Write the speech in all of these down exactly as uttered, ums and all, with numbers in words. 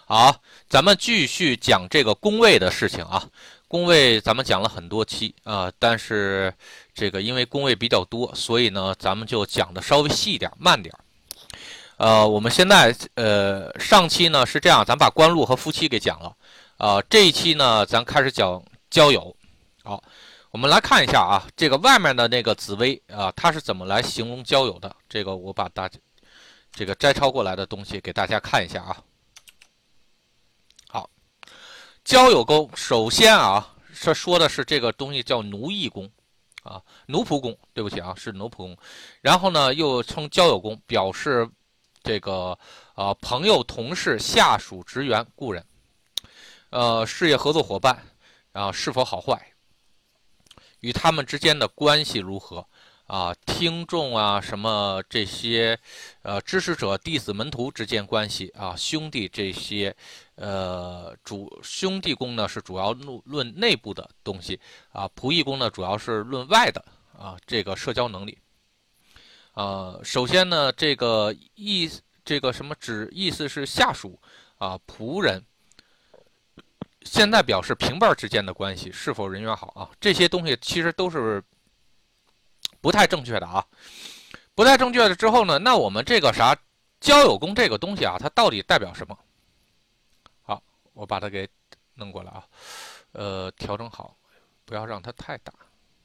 好，咱们继续讲这个宫位的事情啊。宫位咱们讲了很多期啊，但是这个因为宫位比较多，所以呢，咱们就讲的稍微细一点，慢点。呃，我们现在呃上期呢是这样，咱把官禄和夫妻给讲了啊、呃。这一期呢，咱开始讲交友。好，我们来看一下啊，这个外面的那个紫薇啊，它是怎么来形容交友的？这个我把大家这个摘抄过来的东西给大家看一下啊。交友宫，首先啊，这说的是这个东西叫奴役宫，啊，奴仆宫，对不起啊，是奴仆宫。然后呢，又称交友宫，表示这个呃朋友、同事、下属、职员、故人，呃，事业合作伙伴啊是否好坏，与他们之间的关系如何啊，听众啊什么这些，呃，支持者、弟子、门徒之间关系啊，兄弟这些。呃，主兄弟宫呢是主要论内部的东西啊，仆役宫呢主要是论外的啊，这个社交能力。呃，首先呢，这个意这个什么指意思是下属啊，仆人，现在表示平辈之间的关系是否人缘好啊，这些东西其实都是不太正确的啊，不太正确的之后呢，那我们这个啥交友宫这个东西啊，它到底代表什么？我把它给弄过来啊，呃，调整好，不要让它太大。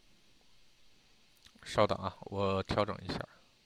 稍等啊，我调整一下。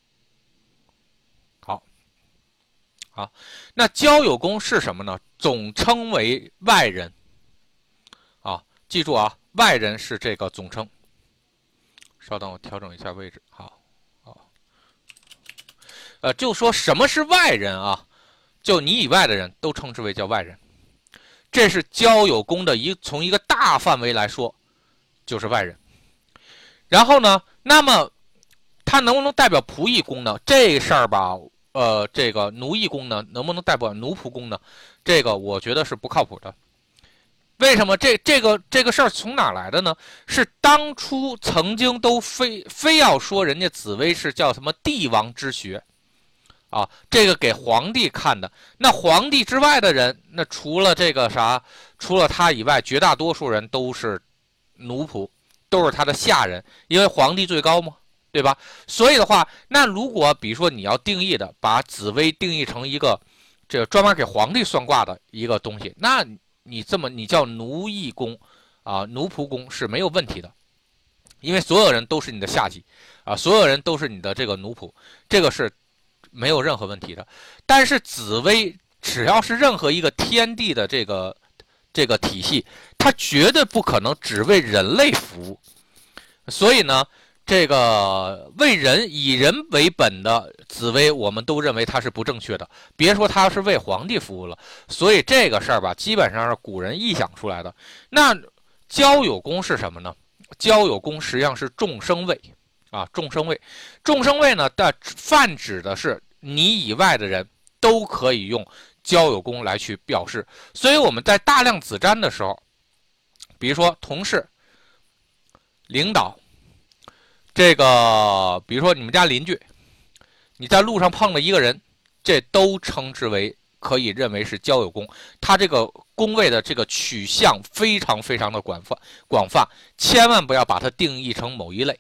好，好，那交友宫是什么呢？总称为外人啊，记住啊，外人是这个总称。稍等，我调整一下位置。好，好，呃，就说什么是外人啊？就你以外的人都称之为叫外人。这是交友宫的一从一个大范围来说，就是外人。然后呢，那么它能不能代表仆役宫呢？这事儿吧，呃，这个奴役宫呢，能不能代表奴仆宫呢？这个我觉得是不靠谱的。为什么这这个这个事儿从哪来的呢？是当初曾经都非非要说人家紫薇是叫什么帝王之学。啊，这个给皇帝看的。那皇帝之外的人，那除了这个啥，除了他以外，绝大多数人都是奴仆，都是他的下人，因为皇帝最高嘛，对吧？所以的话，那如果比如说你要定义的，把紫薇定义成一个这个专门给皇帝算卦的一个东西，那你这么你叫奴役宫啊，奴仆宫是没有问题的，因为所有人都是你的下级啊，所有人都是你的这个奴仆，这个是。没有任何问题的，但是紫薇只要是任何一个天地的这个这个体系，它绝对不可能只为人类服务。所以呢，这个为人以人为本的紫薇，我们都认为它是不正确的。别说它是为皇帝服务了，所以这个事儿吧，基本上是古人臆想出来的。那交友宫是什么呢？交友宫实际上是众生位。啊，众生位，众生位呢，的泛指的是你以外的人都可以用交友宫来去表示。所以我们在大量子占的时候，比如说同事、领导，这个比如说你们家邻居，你在路上碰了一个人，这都称之为可以认为是交友宫。它这个宫位的这个取向非常非常的广泛，广泛，千万不要把它定义成某一类。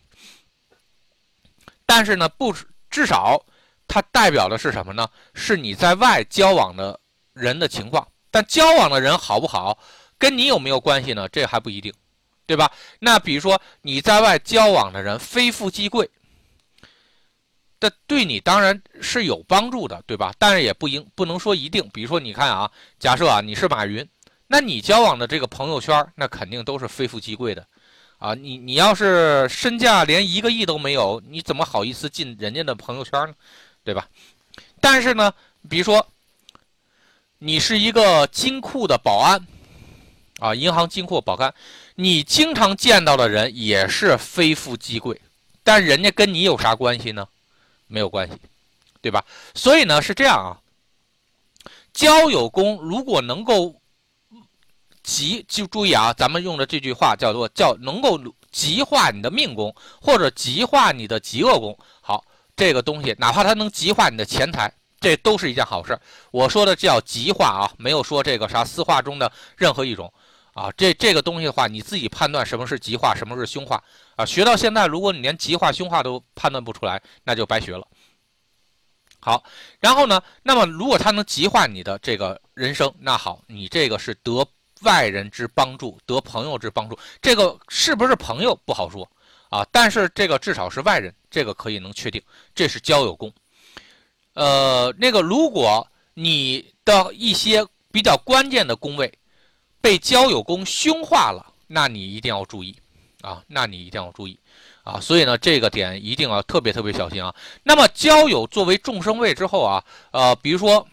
但是呢，不至少它代表的是什么呢？是你在外交往的人的情况。但交往的人好不好，跟你有没有关系呢？这还不一定，对吧？那比如说你在外交往的人非富即贵，这对你当然是有帮助的，对吧？但是也不应不能说一定。比如说你看啊，假设啊你是马云，那你交往的这个朋友圈，那肯定都是非富即贵的。啊，你你要是身价连一个亿都没有，你怎么好意思进人家的朋友圈呢？对吧？但是呢，比如说你是一个金库的保安，啊，银行金库保安，你经常见到的人也是非富即贵，但人家跟你有啥关系呢？没有关系，对吧？所以呢是这样啊，交友宫如果能够极就注意啊，咱们用的这句话叫做叫能够极化你的命宫，或者极化你的极恶宫。好，这个东西哪怕它能极化你的钱财这都是一件好事。我说的叫极化啊，没有说这个啥私化中的任何一种啊。这这个东西的话，你自己判断什么是极化，什么是凶化啊。学到现在，如果你连极化、凶化都判断不出来，那就白学了。好，然后呢，那么如果它能极化你的这个人生，那好，你这个是得外人之帮助，得朋友之帮助。这个是不是朋友不好说啊，但是这个至少是外人，这个可以能确定，这是交友宫。呃，那个如果你的一些比较关键的宫位被交友宫凶化了，那你一定要注意啊，那你一定要注意啊。所以呢，这个点一定要特别特别小心啊。那么交友作为众生位之后啊，呃，比如说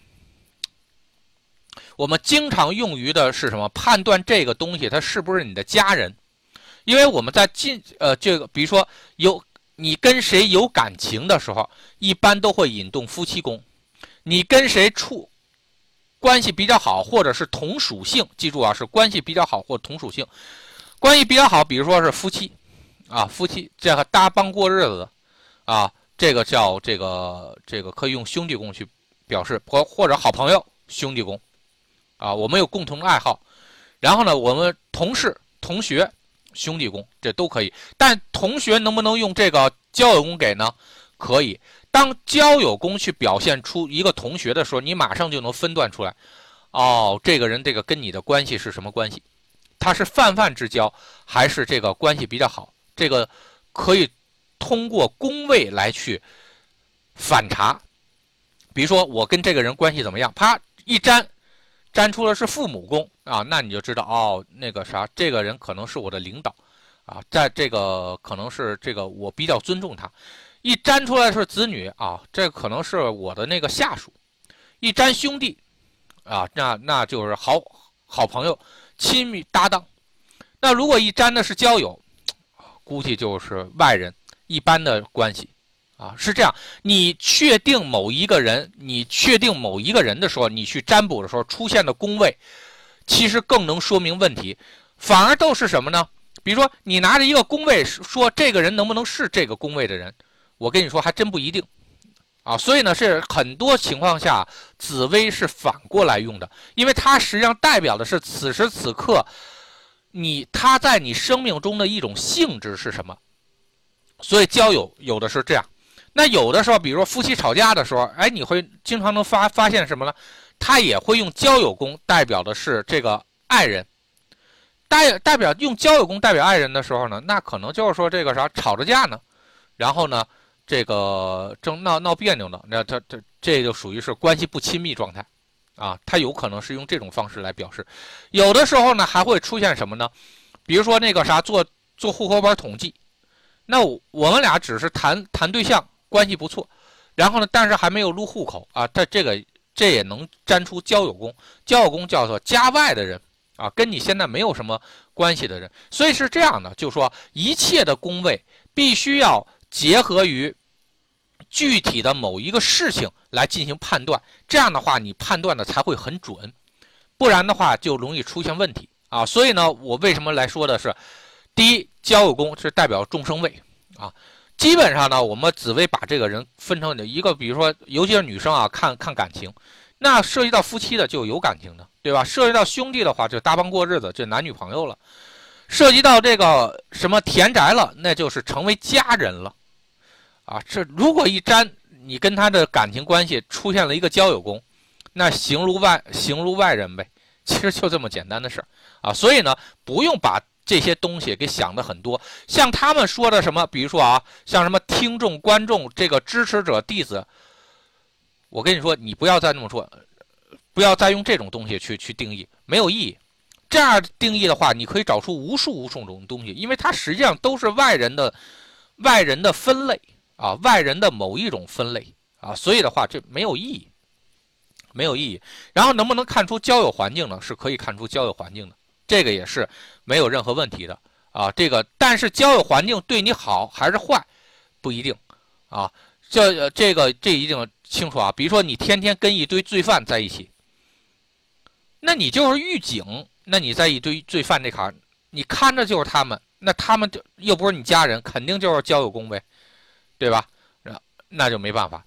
我们经常用于的是什么？判断这个东西它是不是你的家人，因为我们在进呃这个，比如说有。你跟谁有感情的时候，一般都会引动夫妻宫。你跟谁处关系比较好，或者是同属性，记住啊，是关系比较好或同属性。关系比较好，比如说是夫妻啊，夫妻这个搭帮过日子啊，这个叫这个这个可以用兄弟宫去表示，或或者好朋友兄弟宫啊，我们有共同的爱好。然后呢，我们同事同学。兄弟宫这都可以，但同学能不能用这个交友宫给呢？可以。当交友宫去表现出一个同学的时候，你马上就能分段出来，哦，这个人这个跟你的关系是什么关系？他是泛泛之交，还是这个关系比较好？这个可以通过宫位来去反查。比如说我跟这个人关系怎么样，啪一沾。沾出了是父母宫啊，那你就知道哦，那个啥，这个人可能是我的领导啊，在这个可能是这个我比较尊重他。一沾出来是子女啊，这可能是我的那个下属。一沾兄弟啊，那那就是好好朋友、亲密搭档。那如果一沾的是交友，估计就是外人一般的关系。啊，是这样，你确定某一个人，你确定某一个人的时候，你去占卜的时候出现的宫位，其实更能说明问题。反而都是什么呢？比如说，你拿着一个宫位说这个人能不能是这个宫位的人，我跟你说还真不一定。啊，所以呢，是很多情况下，紫微是反过来用的，因为它实际上代表的是此时此刻，你他在你生命中的一种性质是什么。所以交友有的是这样。那有的时候，比如说夫妻吵架的时候，哎，你会经常能发发现什么呢？他也会用交友宫代表的是这个爱人，代代表用交友宫代表爱人的时候呢，那可能就是说这个啥吵着架呢，然后呢，这个正闹闹别扭呢，那这这这就属于是关系不亲密状态啊，他有可能是用这种方式来表示。有的时候呢，还会出现什么呢？比如说那个啥做做户口本统计，那我们俩只是谈谈对象。关系不错，然后呢，但是还没有入户口啊，这这个这也能沾出交友宫。交友宫叫做家外的人啊，跟你现在没有什么关系的人。所以是这样的，就是说一切的宫位必须要结合于具体的某一个事情来进行判断，这样的话你判断的才会很准，不然的话就容易出现问题啊。所以呢，我为什么来说的是，第一，交友宫是代表众生位啊。基本上呢，我们紫微把这个人分成一个，比如说，尤其是女生啊，看看感情，那涉及到夫妻的就有感情的，对吧？涉及到兄弟的话，就搭帮过日子，这男女朋友了；涉及到这个什么田宅了，那就是成为家人了。啊，这如果一沾，你跟他的感情关系出现了一个交友宫，那形如外形如外人呗，其实就这么简单的事儿啊。所以呢，不用把这些东西给想的很多，像他们说的什么，比如说啊，像什么听众、观众、这个支持者、弟子，我跟你说，你不要再那么说，不要再用这种东西去去定义，没有意义。这样定义的话，你可以找出无数无数种东西，因为它实际上都是外人的外人的分类啊，外人的某一种分类啊，所以的话，这没有意义，没有意义。然后能不能看出交友环境呢？是可以看出交友环境的。这个也是没有任何问题的啊，这个但是交友环境对你好还是坏，不一定啊。这这个这一定清楚啊。比如说你天天跟一堆罪犯在一起，那你就是狱警，那你在一堆罪犯这卡，你看着就是他们，那他们就又不是你家人，肯定就是交友宫呗，对吧？那就没办法。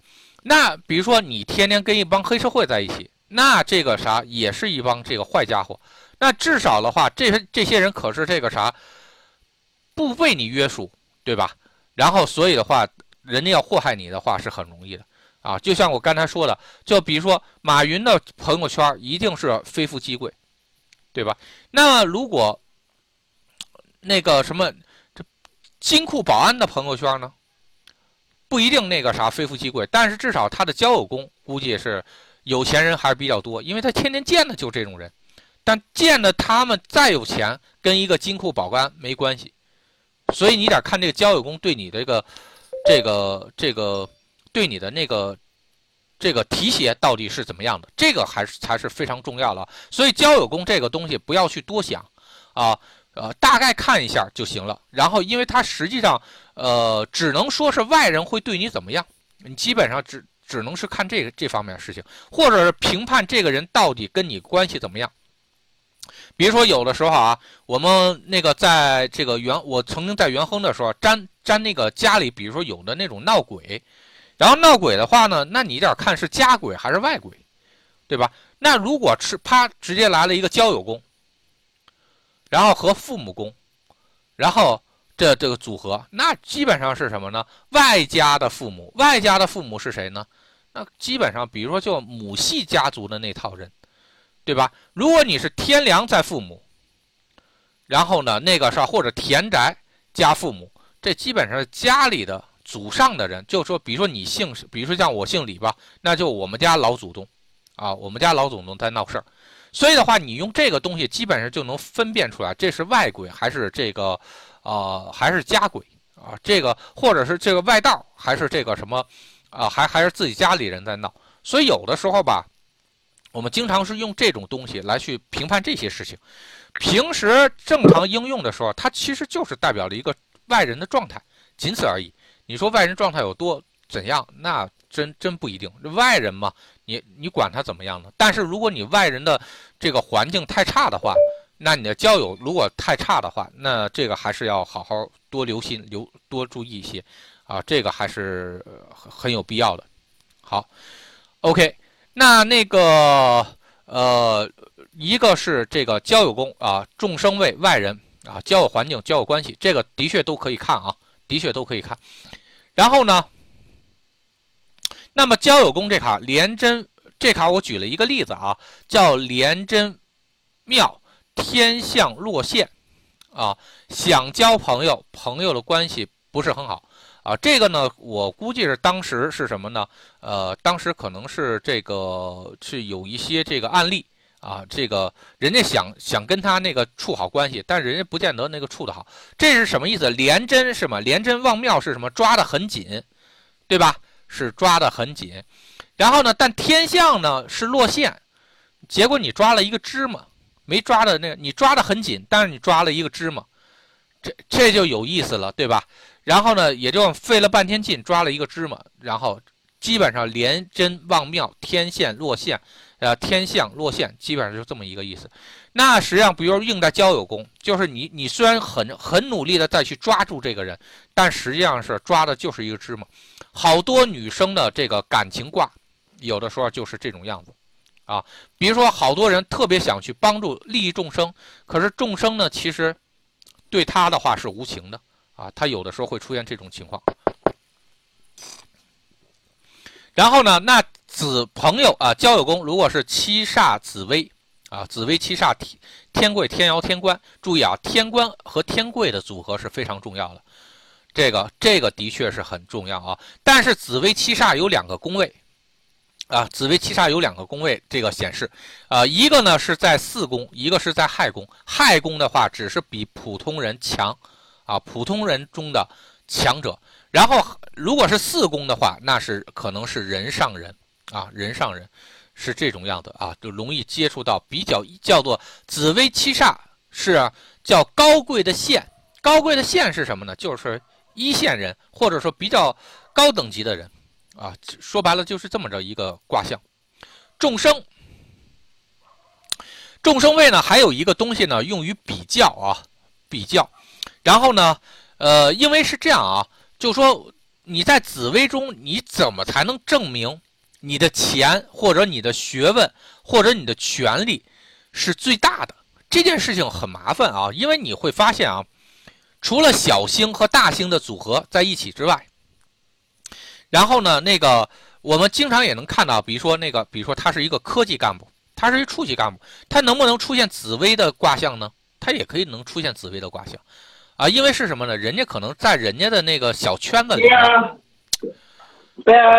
那比如说你天天跟一帮黑社会在一起，那这个啥也是一帮这个坏家伙。那至少的话，这这些人可是这个啥不被你约束，对吧？然后所以的话，人家要祸害你的话是很容易的啊。就像我刚才说的，就比如说马云的朋友圈一定是非富即贵，对吧？那如果那个什么这金库保安的朋友圈呢？不一定那个啥非富即贵，但是至少他的交友功估计是有钱人还是比较多，因为他天天见的就这种人。但见的他们再有钱，跟一个金库保安没关系。所以你得看这个交友功对你这个这个这个对你的那个这个提携到底是怎么样的，这个还是才是非常重要的。所以交友功这个东西不要去多想啊。呃，大概看一下就行了。然后，因为它实际上，呃，只能说是外人会对你怎么样，你基本上只只能是看这个这方面的事情，或者是评判这个人到底跟你关系怎么样。比如说，有的时候啊，我们那个在这个元，我曾经在元亨的时候沾沾那个家里，比如说有的那种闹鬼，然后闹鬼的话呢，那你得看是家鬼还是外鬼，对吧？那如果是啪直接来了一个交友功。然后和父母宫，然后这这个组合，那基本上是什么呢？外家的父母，外家的父母是谁呢？那基本上，比如说就母系家族的那套人，对吧？如果你是天梁在父母，然后呢那个是或者田宅加父母，这基本上是家里的祖上的人。就是说，比如说你姓，比如说像我姓李吧，那就我们家老祖宗啊，我们家老祖宗在闹事儿。所以的话，你用这个东西基本上就能分辨出来，这是外鬼还是这个，呃，还是家鬼啊？这个或者是这个外道，还是这个什么，啊、呃，还还是自己家里人在闹。所以有的时候吧，我们经常是用这种东西来去评判这些事情。平时正常应用的时候，它其实就是代表了一个外人的状态，仅此而已。你说外人状态有多怎样，那真真不一定。外人嘛。你你管他怎么样呢？但是如果你外人的这个环境太差的话，那你的交友如果太差的话，那这个还是要好好多留心、留多注意一些啊，这个还是很有必要的。好 ，OK， 那那个呃，一个是这个交友宫啊，众生位外人啊，交友环境、交友关系，这个的确都可以看啊，的确都可以看。然后呢？那么交友宫这卡廉贞这卡我举了一个例子啊，叫廉贞庙天相落陷啊，想交朋友，朋友的关系不是很好啊。这个呢，我估计是当时是什么呢？呃，当时可能是这个是有一些这个案例啊，这个人家想想跟他那个处好关系，但是人家不见得那个处得好。这是什么意思？廉贞是什么？廉贞望庙是什么？抓得很紧，对吧？是抓得很紧，然后呢，但天象呢是落陷，结果你抓了一个芝麻，没抓的那个，你抓得很紧，但是你抓了一个芝麻，这这就有意思了，对吧？然后呢，也就费了半天劲抓了一个芝麻，然后基本上廉贞望庙天线落陷，呃，天象落陷，基本上就这么一个意思。那实际上，比如用在交友宫，就是你你虽然很很努力的再去抓住这个人，但实际上是抓的就是一个芝麻。好多女生的这个感情卦，有的时候就是这种样子，啊，比如说好多人特别想去帮助利益众生，可是众生呢，其实对他的话是无情的，啊，他有的时候会出现这种情况。然后呢，那子朋友啊，交友宫如果是七煞紫微啊，紫微七煞天天贵天姚天官，注意啊，天官和天贵的组合是非常重要的。这个这个的确是很重要啊，但是紫微七煞有两个宫位，啊，紫微七煞有两个宫位，这个显示，啊，一个呢是在巳宫，一个是在亥宫。亥宫的话，只是比普通人强，啊，普通人中的强者。然后如果是巳宫的话，那是可能是人上人，啊，人上人是这种样子啊，就容易接触到比较叫做紫微七煞是、啊、叫高贵的线，高贵的线是什么呢？就是一线人，或者说比较高等级的人，啊，说白了就是这么着一个卦象。众生，众生位呢，还有一个东西呢，用于比较啊，比较。然后呢，呃，因为是这样啊，就说你在紫微中，你怎么才能证明你的钱或者你的学问或者你的权利是最大的？这件事情很麻烦啊，因为你会发现啊，除了小星和大星的组合在一起之外，然后呢，那个我们经常也能看到，比如说那个，比如说他是一个科级干部，他是一处级干部，他能不能出现紫微的卦象呢？他也可以能出现紫微的卦象啊，因为是什么呢？人家可能在人家的那个小圈子里面， 对啊，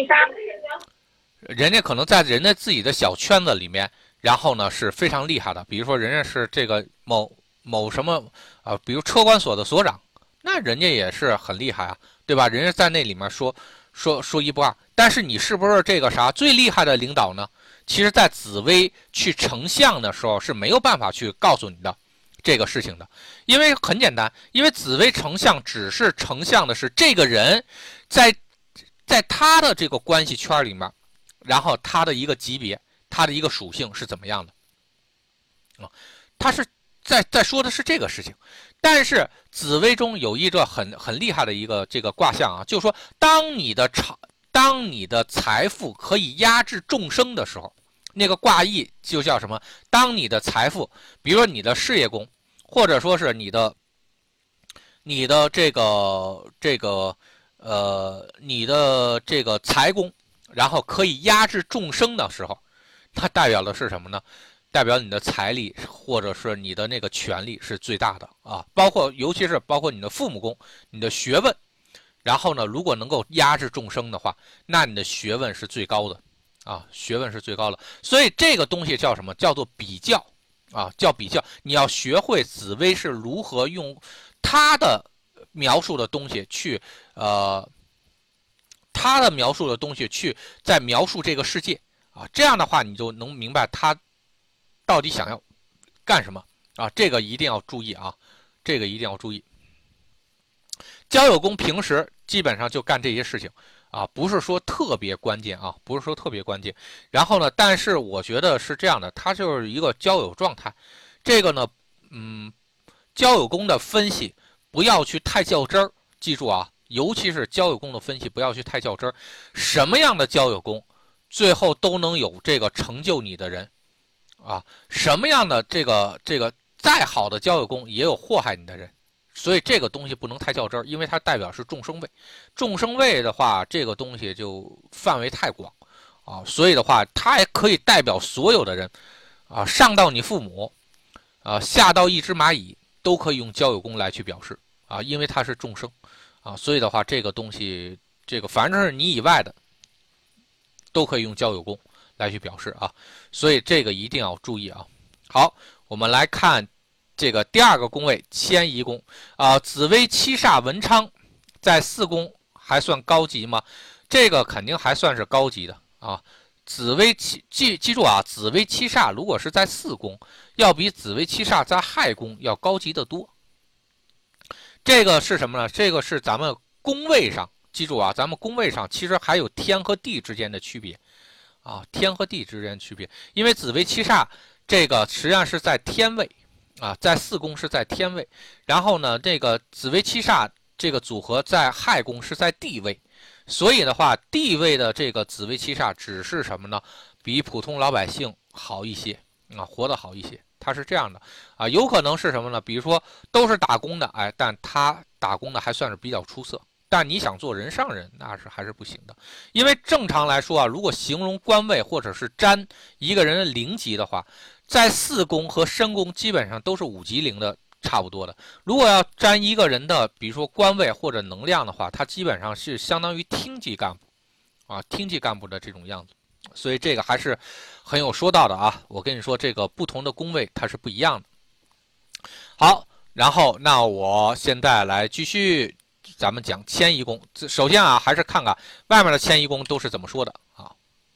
人家可能在人家自己的小圈子里面，然后呢是非常厉害的。比如说人家是这个某某什么啊，比如车管所的所长，那人家也是很厉害啊，对吧？人家在那里面说说说一不二。但是你是不是这个啥最厉害的领导呢？其实，在紫微去成像的时候是没有办法去告诉你的这个事情的，因为很简单，因为紫微成像只是成像的是这个人在在他的这个关系圈里面，然后他的一个级别，他的一个属性是怎么样的啊？他是在在说的是这个事情。但是紫微中有一个很很厉害的一个这个卦象啊，就是说，当你的朝当你的财富可以压制众生的时候，那个卦意就叫什么？当你的财富，比如说你的事业宫，或者说是你的你的这个这个呃你的这个财宫，然后可以压制众生的时候，它代表的是什么呢？代表你的财力或者是你的那个权力是最大的啊，包括尤其是包括你的父母宫、你的学问。然后呢，如果能够压制众生的话，那你的学问是最高的啊，学问是最高的。所以这个东西叫什么？叫做比较啊，叫比较。你要学会紫微是如何用他的描述的东西去呃，他的描述的东西去在描述这个世界啊，这样的话你就能明白他到底想要干什么啊。这个一定要注意啊，这个一定要注意。交友宫平时基本上就干这些事情啊，不是说特别关键啊，不是说特别关键。然后呢，但是我觉得是这样的，它就是一个交友状态。这个呢，嗯，交友宫的分析不要去太较真儿，记住啊，尤其是交友宫的分析不要去太较真儿。什么样的交友宫，最后都能有这个成就你的人啊。什么样的这个这个再好的交友宫，也有祸害你的人。所以这个东西不能太较真儿，因为它代表是众生位，众生位的话，这个东西就范围太广啊，所以的话，它也可以代表所有的人啊，上到你父母啊，下到一只蚂蚁，都可以用交友宫来去表示啊，因为它是众生啊，所以的话，这个东西，这个反正是你以外的，都可以用交友宫来去表示啊，所以这个一定要注意啊。好，我们来看。这个第二个宫位迁移宫啊、呃，紫微七煞文昌在四宫还算高级吗？这个肯定还算是高级的啊。紫微七记记住啊，紫微七煞如果是在四宫，要比紫微七煞在亥宫要高级得多。这个是什么呢？这个是咱们宫位上，记住啊，咱们宫位上其实还有天和地之间的区别啊，天和地之间的区别，因为紫微七煞这个实际上是在天位。啊，在四宫是在天位，然后呢，这个紫微七煞这个组合在亥宫是在地位，所以的话，地位的这个紫微七煞只是什么呢？比普通老百姓好一些啊，活得好一些，它是这样的啊，有可能是什么呢？比如说都是打工的，哎，但他打工的还算是比较出色，但你想做人上人，那是还是不行的，因为正常来说啊，如果形容官位或者是占一个人的灵级的话。在四宫和申宫基本上都是五级零的差不多的。如果要占一个人的，比如说官位或者能量的话，它基本上是相当于厅级干部，啊，厅级干部的这种样子。所以这个还是很有说道的啊。我跟你说，这个不同的宫位它是不一样的。好，然后那我现在来继续，咱们讲迁移宫。首先啊，还是看看外面的迁移宫都是怎么说的啊。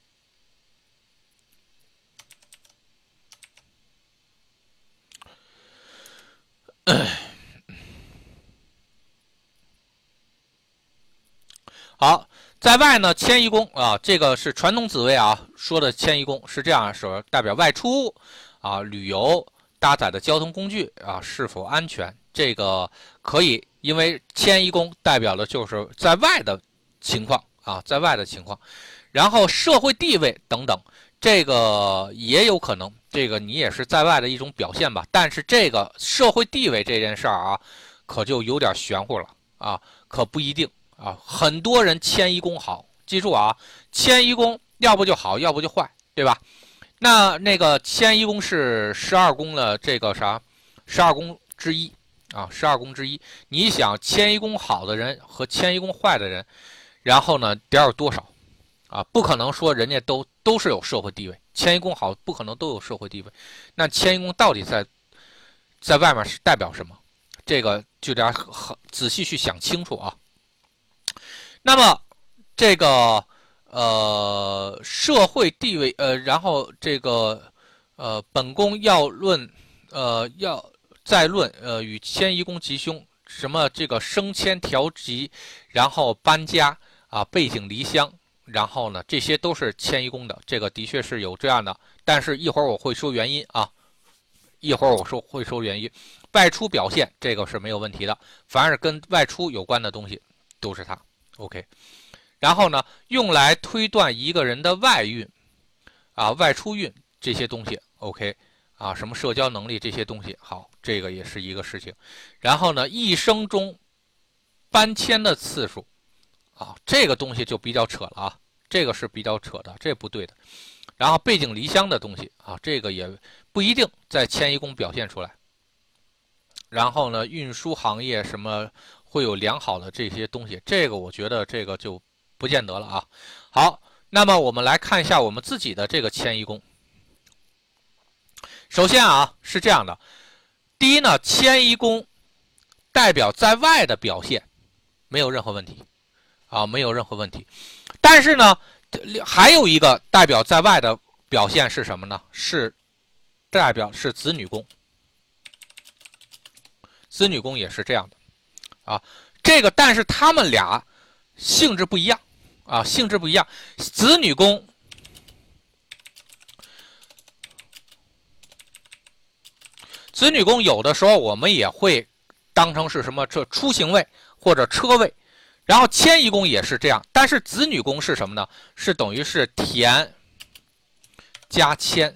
好，在外呢，迁移宫啊，这个是传统紫微啊说的迁移宫是这样说，代表外出啊、旅游、搭载的交通工具啊是否安全，这个可以，因为迁移宫代表的就是在外的情况啊，在外的情况，然后社会地位等等，这个也有可能，这个你也是在外的一种表现吧。但是这个社会地位这件事儿啊，可就有点玄乎了啊，可不一定啊。很多人迁移宫好，记住啊，迁移宫要不就好，要不就坏，对吧？那那个迁移宫是十二宫的这个啥，十二宫之一啊，十二宫之一。你想迁移宫好的人和迁移宫坏的人，然后呢得有多少啊？不可能说人家都都是有社会地位，迁移宫好不可能都有社会地位。那迁移宫到底在在外面是代表什么？这个就得很仔细去想清楚啊。那么这个呃社会地位呃，然后这个呃本宫要论呃要再论呃与迁移宫吉凶，什么这个升迁调级，然后搬家啊，背井离乡，然后呢这些都是迁移宫的，这个的确是有这样的，但是一会儿我会说原因啊，一会儿我说会说原因。外出表现这个是没有问题的，凡是跟外出有关的东西都是它 OK。 然后呢用来推断一个人的外运啊，外出运这些东西 OK 啊，什么社交能力这些东西好，这个也是一个事情。然后呢一生中搬迁的次数啊，这个东西就比较扯了啊，这个是比较扯的，这不对的。然后背井离乡的东西啊，这个也不一定在迁移宫表现出来。然后呢运输行业什么会有良好的这些东西，这个我觉得这个就不见得了啊。好，那么我们来看一下我们自己的这个迁移宫。首先啊是这样的，第一呢，迁移宫代表在外的表现没有任何问题啊，没有任何问题。但是呢还有一个代表在外的表现是什么呢？是代表是子女宫。子女宫也是这样的啊，这个但是他们俩性质不一样啊，性质不一样。子女宫子女宫有的时候我们也会当成是什么这出行位或者车位，然后迁移宫也是这样，但是子女宫是什么呢？是等于是田加迁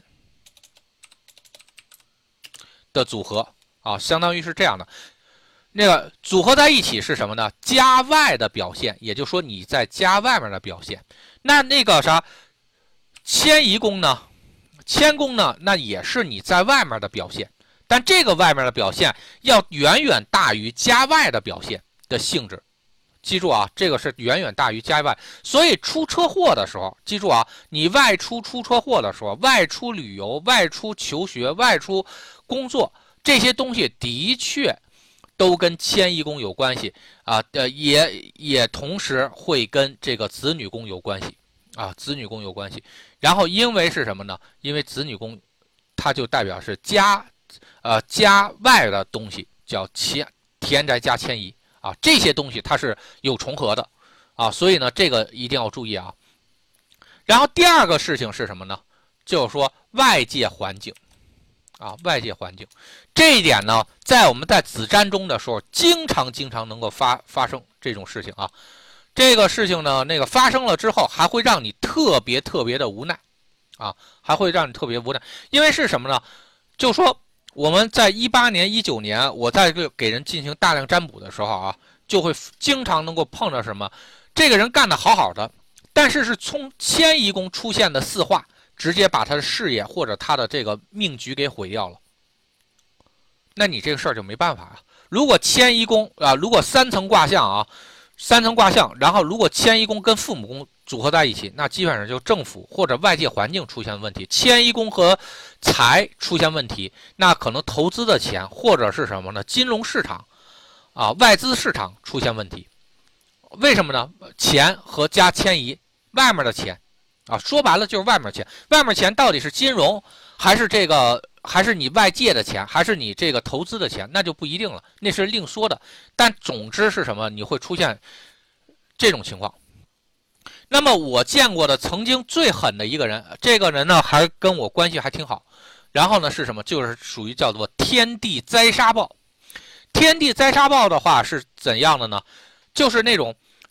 的组合啊，相当于是这样的。那个组合在一起是什么呢？家外的表现，也就是说你在家外面的表现。那那个啥，迁移宫呢？迁宫呢？那也是你在外面的表现，但这个外面的表现要远远大于家外的表现的性质。记住啊，这个是远远大于家外。所以出车祸的时候，记住啊，你外出出车祸的时候，外出旅游、外出求学、外出工作，这些东西的确都跟迁移宫有关系啊，呃，也也同时会跟这个子女宫有关系啊，子女宫有关系。然后因为是什么呢？因为子女宫它就代表是家呃家外的东西，叫迁田宅加迁移啊，这些东西它是有重合的啊，所以呢这个一定要注意啊。然后第二个事情是什么呢？就是说外界环境啊，外界环境这一点呢，在我们在子占中的时候，经常经常能够发发生这种事情啊。这个事情呢，那个发生了之后，还会让你特别特别的无奈啊，还会让你特别无奈。因为是什么呢？就说我们在一八年、一九年，我在这给人进行大量占卜的时候啊，就会经常能够碰到什么，这个人干得好好的，但是是从迁移宫出现的四化，直接把他的事业或者他的这个命局给毁掉了。那你这个事儿就没办法啊。如果迁移宫啊，如果三层卦象啊，三层卦象，然后如果迁移宫跟父母宫组合在一起，那基本上就政府或者外界环境出现问题。迁移宫和财出现问题，那可能投资的钱或者是什么呢？金融市场啊，外资市场出现问题。为什么呢？钱和加迁移，外面的钱啊，说白了就是外面钱。外面钱到底是金融还是这个？还是你外界的钱，还是你这个投资的钱，那就不一定了，那是另说的。但总之是什么？你会出现这种情况。那么我见过的曾经最狠的一个人，这个人呢还跟我关系还挺好。然后呢是什么？就是属于叫做天地灾杀报。天地灾杀报的话是怎样的呢？就是那种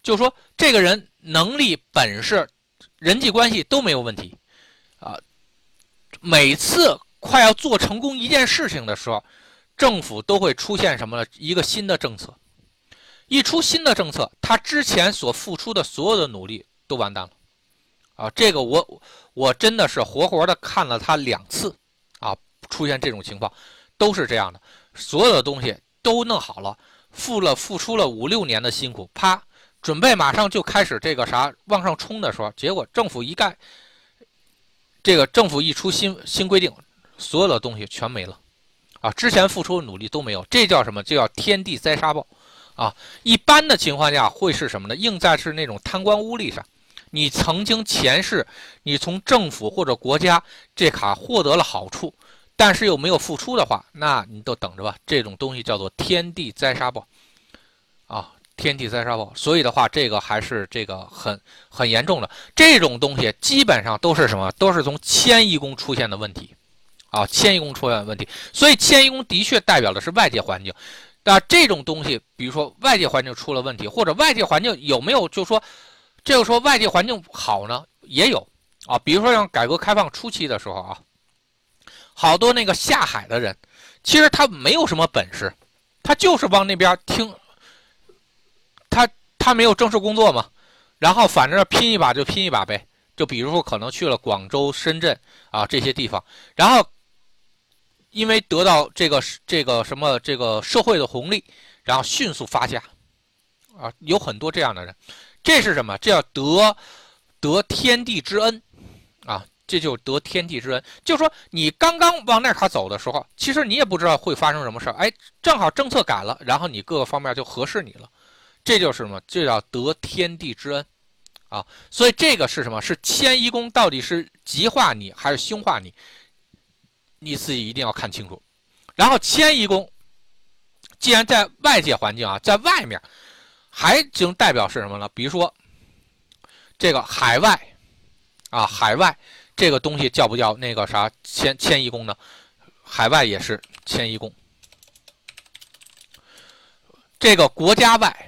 就是说这个人能力、本事、人际关系都没有问题啊。每次快要做成功一件事情的时候，政府都会出现什么呢？一个新的政策。一出新的政策，他之前所付出的所有的努力都完蛋了啊！这个我我真的是活活的看了他两次啊，出现这种情况都是这样的，所有的东西都弄好了，付了付出了五六年的辛苦，啪，准备马上就开始这个啥往上冲的时候，结果政府一干，这个政府一出新新规定，所有的东西全没了啊！之前付出的努力都没有，这叫什么？这叫天地灾沙暴。啊，一般的情况下会是什么呢？应在是那种贪官污吏上，你曾经前世你从政府或者国家这卡获得了好处，但是又没有付出的话，那你都等着吧。这种东西叫做天地灾沙暴，啊，天地灾沙暴。所以的话，这个还是这个很很严重的。这种东西基本上都是什么？都是从迁移宫出现的问题，啊，迁移宫出现的问题。所以迁移宫的确代表的是外界环境。那这种东西，比如说外界环境出了问题，或者外界环境有没有，就说这个说外界环境好呢，也有啊。比如说像改革开放初期的时候啊，好多那个下海的人，其实他没有什么本事，他就是往那边听，他他没有正式工作嘛，然后反正拼一把就拼一把呗。就比如说可能去了广州、深圳啊这些地方，然后。因为得到这个这个什么这个社会的红利，然后迅速发家，啊，有很多这样的人，这是什么？这叫得得天地之恩，啊，这就得天地之恩。就是说，你刚刚往那卡走的时候，其实你也不知道会发生什么事儿，哎，正好政策改了，然后你各个方面就合适你了，这就是什么？这叫得天地之恩，啊，所以这个是什么？是迁移宫到底是吉化你还是凶化你？你自己一定要看清楚。然后迁移宫既然在外界环境啊，在外面还能代表是什么呢？比如说这个海外啊，海外这个东西叫不叫那个啥迁迁移宫呢？海外也是迁移宫。这个国家外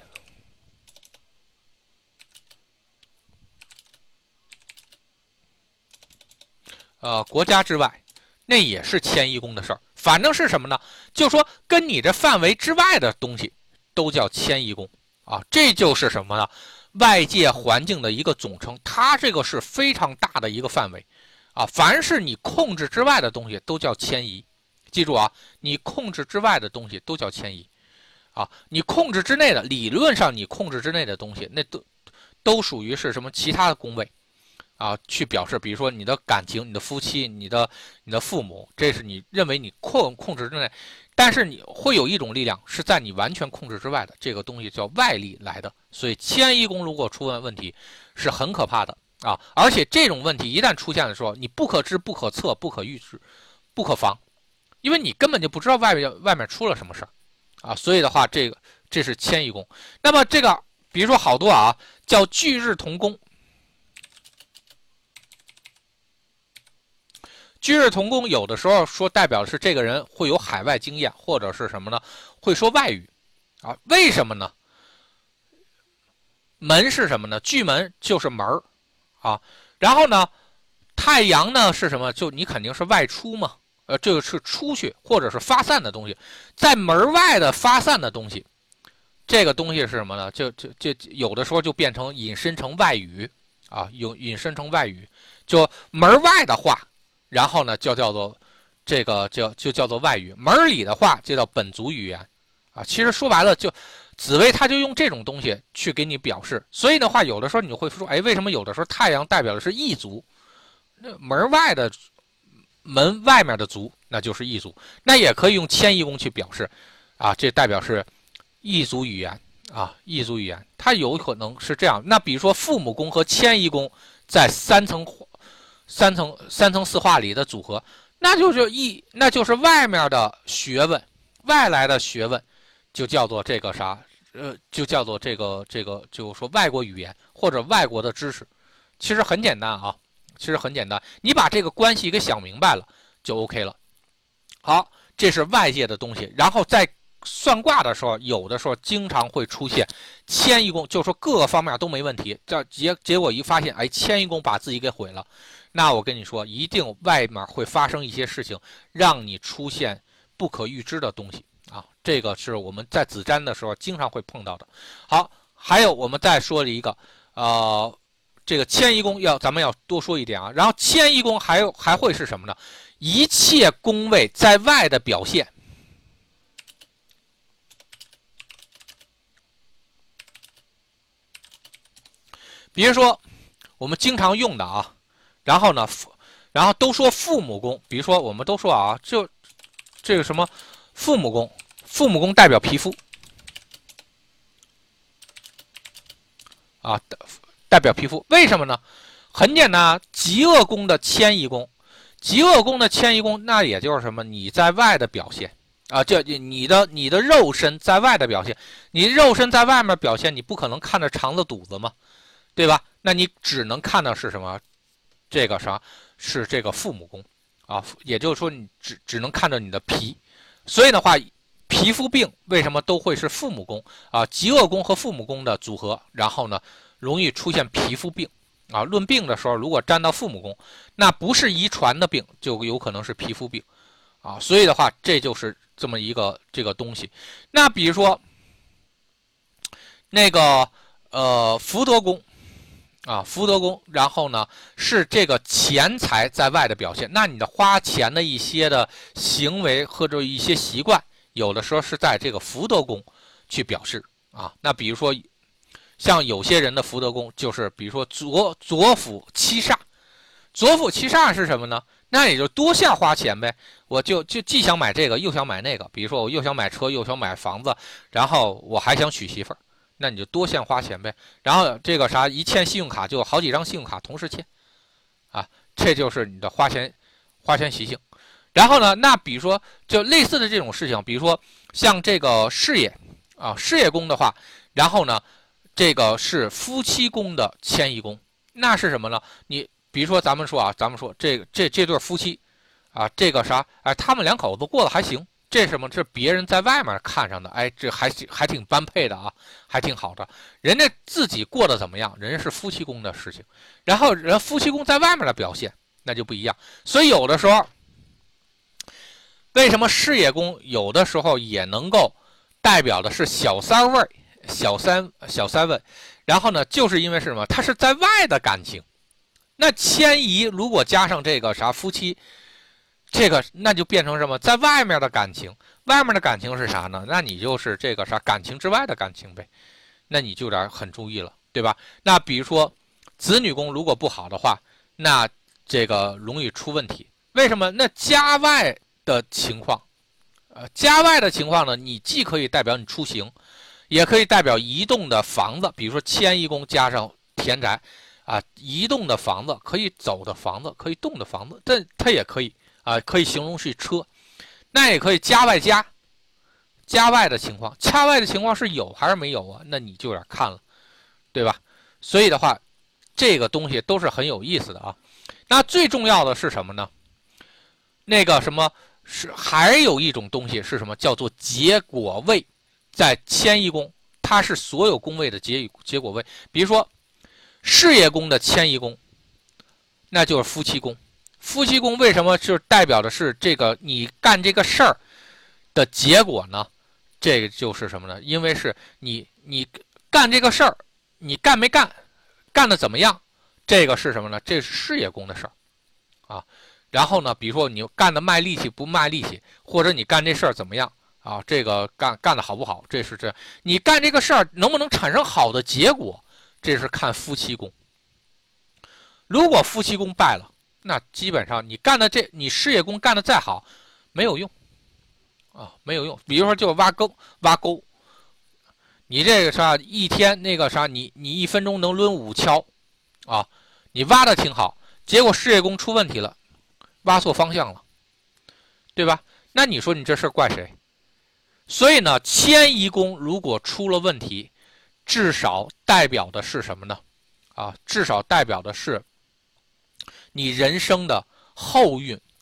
呃国家之外，那也是迁移宫的事儿。反正是什么呢？就说跟你这范围之外的东西都叫迁移宫啊，这就是什么呢？外界环境的一个总称，它这个是非常大的一个范围啊。凡是你控制之外的东西都叫迁移，记住啊，你控制之外的东西都叫迁移啊。你控制之内的，理论上你控制之内的东西，那都都属于是什么其他的宫位。啊，去表示，比如说你的感情、你的夫妻、你的、你的父母，这是你认为你控控制之内，但是你会有一种力量是在你完全控制之外的，这个东西叫外力来的。所以迁移宫如果出问问题，是很可怕的啊！而且这种问题一旦出现的时候，你不可知、不可测、不可预知、不可防，因为你根本就不知道外面外面出了什么事儿啊！所以的话，这个这是迁移宫。那么这个，比如说好多啊，叫巨日同宫。居日同宫有的时候说代表的是这个人会有海外经验，或者是什么呢？会说外语啊？为什么呢？门是什么呢？巨门就是门啊。然后呢，太阳呢是什么？就你肯定是外出嘛，呃，这个是出去或者是发散的东西，在门外的发散的东西，这个东西是什么呢？就就就有的时候就变成引申成外语啊，有引申成外语，就门外的话。然后呢，就叫做这个就就叫做外语，门里的话就叫本族语言啊。其实说白了，就紫微他就用这种东西去给你表示。所以的话，有的时候你会说，哎，为什么有的时候太阳代表的是异族？那门外的门外面的族，那就是异族。那也可以用迁移宫去表示啊，这代表是异族语言啊，异族语言，它有可能是这样。那比如说父母宫和迁移宫在三层。三层三层四化里的组合，那就是一，那就是外面的学问，外来的学问，就叫做这个啥，呃，就叫做这个这个，就是说外国语言或者外国的知识，其实很简单啊，其实很简单，你把这个关系给想明白了就 OK 了。好，这是外界的东西，然后再算卦的时候，有的时候经常会出现迁移宫，就是说各个方面都没问题，这结结果一发现，哎，迁移宫把自己给毁了。那我跟你说，一定外面会发生一些事情，让你出现不可预知的东西啊。这个是我们在子占的时候经常会碰到的。好，还有我们再说了一个，呃，这个迁移宫要咱们要多说一点啊。然后迁移宫还有还会是什么呢？一切宫位在外的表现。比如说我们经常用的啊，然后呢，然后都说父母宫，比如说我们都说啊，就这个什么父母宫，父母宫代表皮肤啊，代表皮肤，为什么呢？很简单，极恶宫的迁移宫，极恶宫的迁移宫，那也就是什么？你在外的表现啊，这你的你的肉身在外的表现，你肉身在外面表现，你不可能看着肠子肚子吗？对吧？那你只能看到是什么？这个啥是这个父母宫啊？也就是说，你只只能看到你的皮。所以的话，皮肤病为什么都会是父母宫啊？极恶宫和父母宫的组合，然后呢，容易出现皮肤病啊。论病的时候，如果沾到父母宫，那不是遗传的病，就有可能是皮肤病啊。所以的话，这就是这么一个这个东西。那比如说那个呃福德宫。啊，福德宫，然后呢是这个钱财在外的表现。那你的花钱的一些的行为或者一些习惯，有的时候是在这个福德宫去表示啊。那比如说，像有些人的福德宫就是，比如说左左辅七煞，左辅七煞是什么呢？那也就多线花钱呗。我就就既想买这个，又想买那个。比如说，我又想买车，又想买房子，然后我还想娶媳妇儿。那你就多线花钱呗，然后这个啥一欠信用卡就好几张信用卡同时欠，啊，这就是你的花钱花钱习性。然后呢，那比如说就类似的这种事情，比如说像这个事业啊，事业宫的话，然后呢，这个是夫妻宫的迁移宫，那是什么呢？你比如说咱们说啊，咱们说这个这这对夫妻啊，这个啥哎，他们两口子过得还行。这是什么？这是别人在外面看上的，哎，这还还挺般配的啊，还挺好的。人家自己过得怎么样？人家是夫妻宫的事情，然后人夫妻宫在外面的表现那就不一样。所以有的时候，为什么事业宫有的时候也能够代表的是小三位、小三小三位？然后呢，就是因为是什么？它是在外的感情。那迁移如果加上这个啥夫妻。这个那就变成什么？在外面的感情，外面的感情是啥呢？那你就是这个啥感情之外的感情呗，那你就得很注意了，对吧？那比如说子女宫如果不好的话，那这个容易出问题。为什么？那家外的情况，呃，家外的情况呢，你既可以代表你出行，也可以代表移动的房子，比如说迁移宫加上田宅啊，移动的房子可以走的房子，可以动的房子，但它也可以。啊，可以形容是车，那也可以家外家，家外的情况，家外的情况是有还是没有啊？那你就有点看了，对吧？所以的话，这个东西都是很有意思的啊。那最重要的是什么呢？那个什么是还有一种东西是什么？叫做结果位，在迁移宫，它是所有宫位的结结果位。比如说事业宫的迁移宫，那就是夫妻宫。夫妻宫为什么就代表的是这个你干这个事儿的结果呢？这个就是什么呢？因为是你你干这个事儿，你干没干，干的怎么样？这个是什么呢？这是事业宫的事儿啊。然后呢，比如说你干的卖力气不卖力气，或者你干这事儿怎么样啊？这个干干的好不好？这是这你干这个事儿能不能产生好的结果？这是看夫妻宫。如果夫妻宫败了，那基本上你干的这，你事业宫干的再好，没有用啊，没有用。比如说就挖沟挖沟，你这个啥一天那个啥，你你一分钟能抡五锹啊，你挖的挺好，结果事业宫出问题了，挖错方向了，对吧？那你说你这事怪谁？所以呢，迁移宫如果出了问题，至少代表的是什么呢？啊，至少代表的是你人生的后运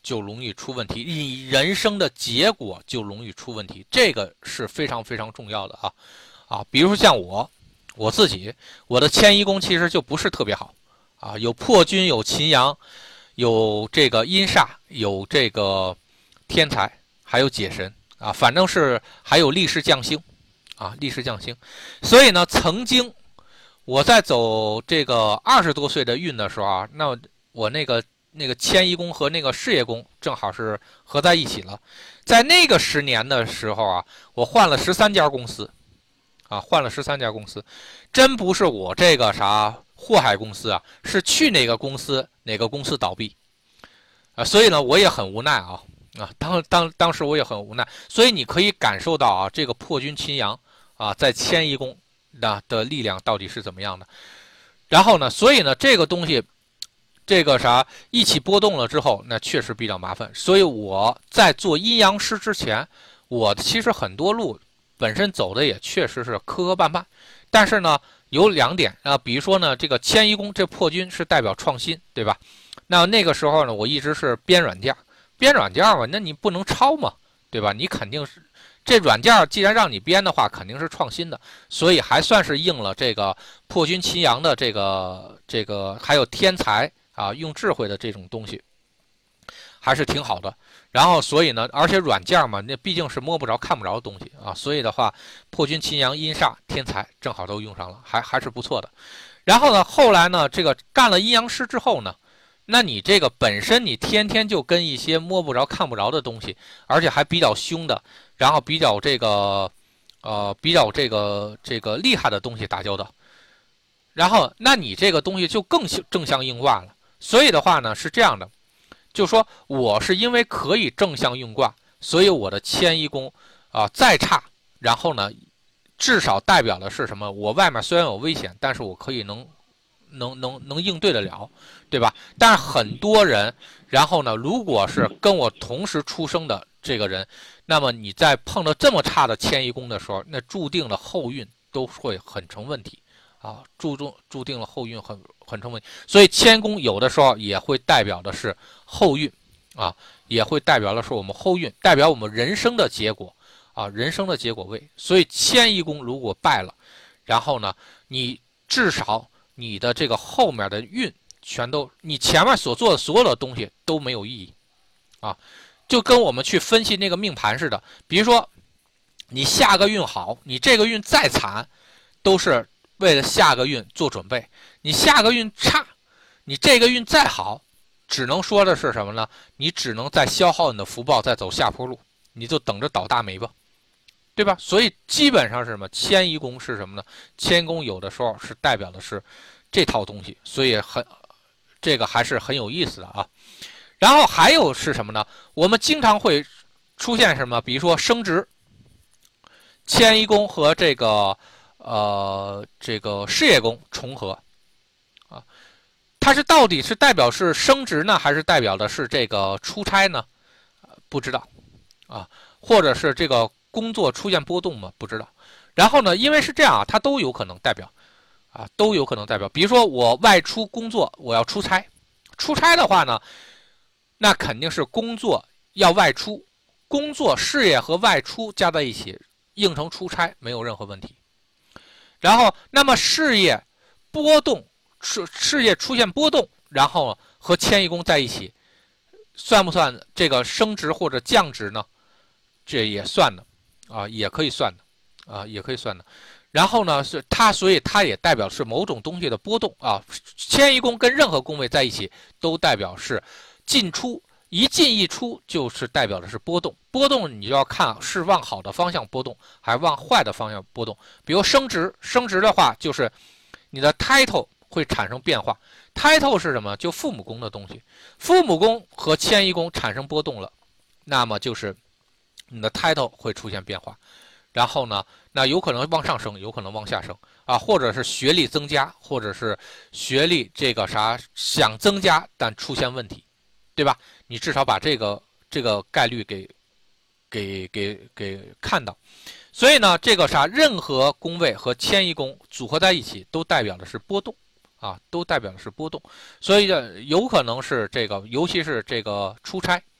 就容易出问题，你人生的结果就容易出问题，这个是非常非常重要的啊啊！比如像我我自己，我的迁移宫其实就不是特别好啊，有破军，有擎羊，有这个阴煞，有这个天才，还有解神啊，反正是还有历世将星啊，历世将星。所以呢，曾经我在走这个二十多岁的运的时候啊，那我那个。那个迁移宫和那个事业宫正好是合在一起了，在那个十年的时候啊，我换了十三家公司，啊，换了十三家公司，真不是我这个啥祸害公司啊，是去哪个公司哪个公司倒闭，啊，所以呢，我也很无奈啊，啊，当当当时我也很无奈，所以你可以感受到啊，这个破军擎羊啊，在迁移宫的的力量到底是怎么样的，然后呢，所以呢，这个东西。这个啥一起波动了之后，那确实比较麻烦。所以我在做阴阳师之前，我其实很多路本身走的也确实是磕磕绊绊。但是呢，有两点啊，比如说呢，这个迁移宫这破军是代表创新，对吧？那那个时候呢，我一直是编软件，编软件嘛，那你不能抄嘛，对吧？你肯定是这软件既然让你编的话，肯定是创新的，所以还算是应了这个破军擎羊的这个这个还有天才。啊，用智慧的这种东西还是挺好的。然后，所以呢，而且软件嘛，那毕竟是摸不着、看不着的东西啊，所以的话，破军擎羊、阴煞、天才正好都用上了，还还是不错的。然后呢，后来呢，这个干了阴阳师之后呢，那你这个本身你天天就跟一些摸不着、看不着的东西，而且还比较凶的，然后比较这个呃比较这个这个厉害的东西打交道，然后那你这个东西就更正向应卦了。所以的话呢，是这样的，就说我是因为可以正向用卦，所以我的迁移宫啊、呃、再差，然后呢，至少代表的是什么？我外面虽然有危险，但是我可以能能能能应对得了，对吧？但是很多人，然后呢，如果是跟我同时出生的这个人，那么你在碰到这么差的迁移宫的时候，那注定了后运都会很成问题。啊，注重注定了后运很很成问题，所以迁宫有的时候也会代表的是后运，啊，也会代表的是我们后运，代表我们人生的结果，啊，人生的结果位。所以迁移宫如果败了，然后呢，你至少你的这个后面的运全都，你前面所做的所有的东西都没有意义，啊，就跟我们去分析那个命盘似的，比如说你下个运好，你这个运再惨，都是。为了下个运做准备，你下个运差，你这个运再好，只能说的是什么呢？你只能再消耗你的福报，再走下坡路，你就等着倒大霉吧，对吧？所以基本上是什么？迁移宫是什么呢？迁移宫有的时候是代表的是这套东西，所以很这个还是很有意思的啊。然后还有是什么呢？我们经常会出现什么？比如说升职，迁移宫和这个。呃，这个事业宫重合，啊，它是到底是代表是升职呢，还是代表的是这个出差呢？呃、不知道，啊，或者是这个工作出现波动吗？不知道。然后呢，因为是这样啊，它都有可能代表，啊，都有可能代表。比如说我外出工作，我要出差，出差的话呢，那肯定是工作要外出，工作、事业和外出加在一起，应成出差没有任何问题。然后，那么事业波动，事事业出现波动，然后和迁移宫在一起，算不算这个升职或者降职呢？这也算的，啊，也可以算的，啊，也可以算的。然后呢，是它，所以它也代表是某种东西的波动啊。迁移宫跟任何宫位在一起，都代表是进出。一进一出就是代表的是波动，波动你就要看是往好的方向波动，还是往坏的方向波动。比如升职，升职的话就是你的 title 会产生变化。title 是什么？就父母宫的东西，父母宫和迁移宫产生波动了，那么就是你的 title 会出现变化。然后呢，那有可能往上升，有可能往下升啊，或者是学历增加，或者是学历这个啥想增加但出现问题，对吧？你至少把这个这个概率给给给给看到，所以呢，这个啥，任何宫位和迁移宫组合在一起，都代表的是波动啊，都代表的是波动，所以呢，有可能是这个，尤其是这个出差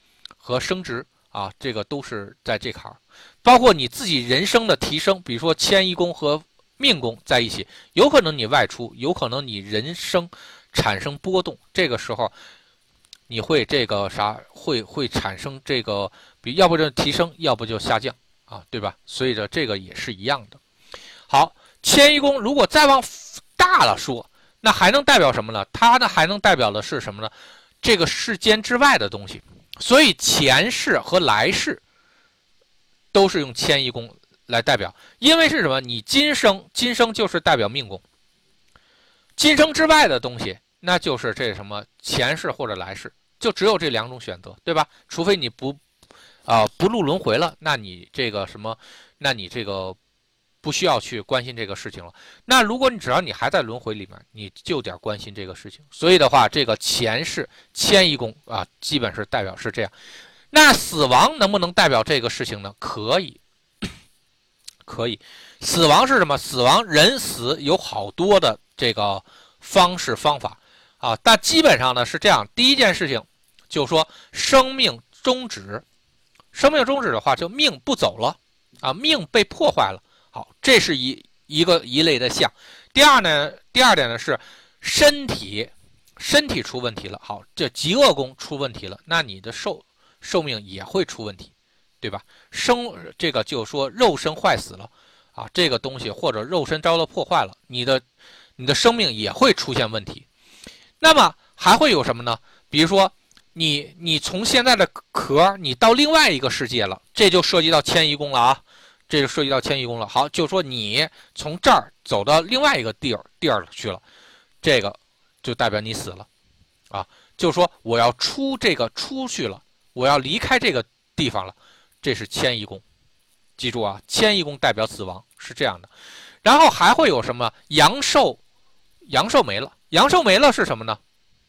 和升职啊，这个都是在这坎儿。包括你自己人生的提升，比如说迁移宫和命宫在一起，有可能你外出，有可能你人生产生波动，这个时候你会这个啥，会会产生这个，比要不就提升，要不就下降啊，对吧？所以这这个也是一样的。好，迁移宫如果再往大了说，那还能代表什么呢？它呢还能代表的是什么呢？这个世间之外的东西。所以前世和来世都是用迁移宫来代表，因为是什么？你今生，今生就是代表命宫，今生之外的东西，那就是这什么前世或者来世，就只有这两种选择，对吧？除非你不啊、呃、不入轮回了，那你这个什么，那你这个。不需要去关心这个事情了。那如果你只要你还在轮回里面，你就得关心这个事情。所以的话，这个前世迁移宫啊，基本是代表是这样。那死亡能不能代表这个事情呢？可以，可以。死亡是什么？死亡人死有好多的这个方式方法啊，但基本上呢是这样。第一件事情就是说生命终止，生命终止的话，就命不走了啊，命被破坏了。好，这是一一个一类的象。第二呢，第二点呢是身体身体出问题了。好，这极恶宫出问题了，那你的寿寿命也会出问题，对吧？生这个就是说肉身坏死了啊，这个东西或者肉身遭到破坏了，你的你的生命也会出现问题。那么还会有什么呢？比如说你你从现在的壳你到另外一个世界了，这就涉及到迁移宫了啊。这就涉及到迁移宫了。好，就说你从这儿走到另外一个地儿地儿去了，这个就代表你死了啊。就说我要出这个出去了，我要离开这个地方了，这是迁移宫。记住啊，迁移宫代表死亡是这样的。然后还会有什么？阳寿，阳寿没了，阳寿没了是什么呢？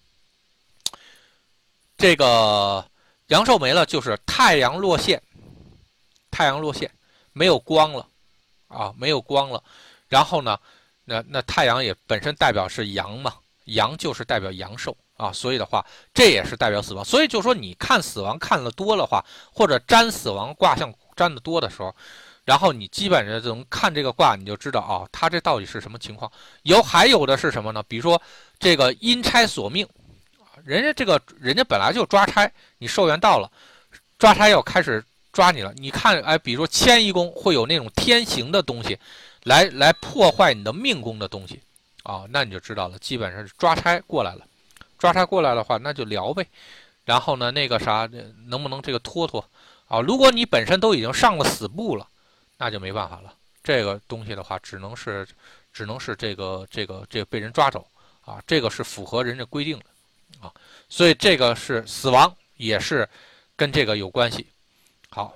这个阳寿没了就是太阳落线，太阳落线。没有光了啊，没有光了。然后呢，那那太阳也本身代表是阳嘛，阳就是代表阳寿啊，所以的话，这也是代表死亡。所以就说你看死亡看了多的话，或者占死亡卦象占的多的时候，然后你基本上就能看这个卦，你就知道啊、哦，它这到底是什么情况。有还有的是什么呢？比如说这个阴差索命，人家这个人家本来就抓差，你寿元到了，抓差要开始。抓你了，你看，哎，比如说迁移宫会有那种天行的东西，来来破坏你的命宫的东西，啊，那你就知道了，基本上是抓差过来了，抓差过来的话，那就聊呗。然后呢，那个啥，能不能这个拖拖啊？如果你本身都已经上了死簿了，那就没办法了。这个东西的话，只能是，只能是这个这个这个被人抓走啊，这个是符合人家规定的啊，所以这个是死亡，也是跟这个有关系。好，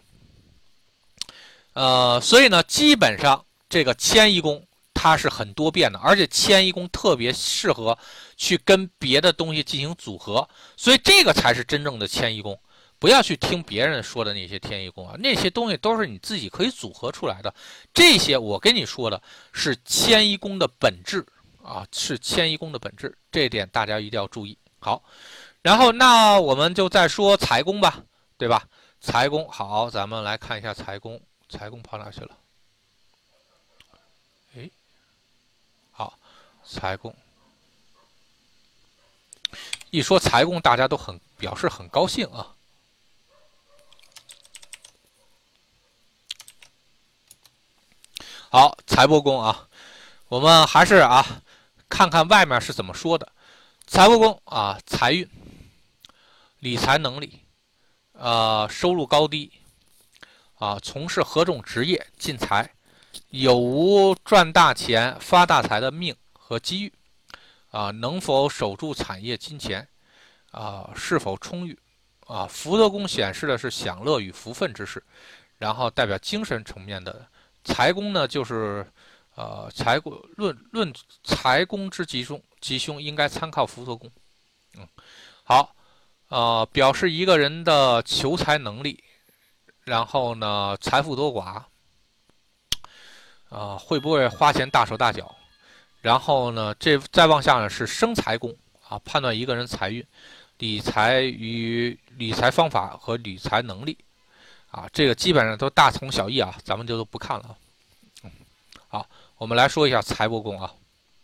呃，所以呢，基本上这个迁移宫它是很多变的，而且迁移宫特别适合去跟别的东西进行组合，所以这个才是真正的迁移宫。不要去听别人说的那些迁移宫啊，那些东西都是你自己可以组合出来的。这些我跟你说的是迁移宫的本质啊，是迁移宫的本质，这一点大家一定要注意。好，然后那我们就再说财宫吧，对吧？财宫好，咱们来看一下财宫，财宫跑哪去了？哎，好，财宫。一说财宫，大家都很表示很高兴啊。好，财帛宫啊，我们还是啊，看看外面是怎么说的。财帛宫啊，财运、理财能力。呃，收入高低，啊，从事何种职业进财，有无赚大钱发大财的命和机遇，啊，能否守住产业金钱，啊，是否充裕，啊，福德宫显示的是享乐与福分之事，然后代表精神层面的财宫呢，就是呃财宫论论财宫之吉凶吉凶应该参考福德宫，嗯，好。呃，表示一个人的求财能力，然后呢，财富多寡，啊、呃，会不会花钱大手大脚，然后呢，这再往下呢是生财宫啊，判断一个人财运， 理财与理财方法和理财能力啊，这个基本上都大同小异啊，咱们就都不看了。嗯，好，我们来说一下财帛宫啊。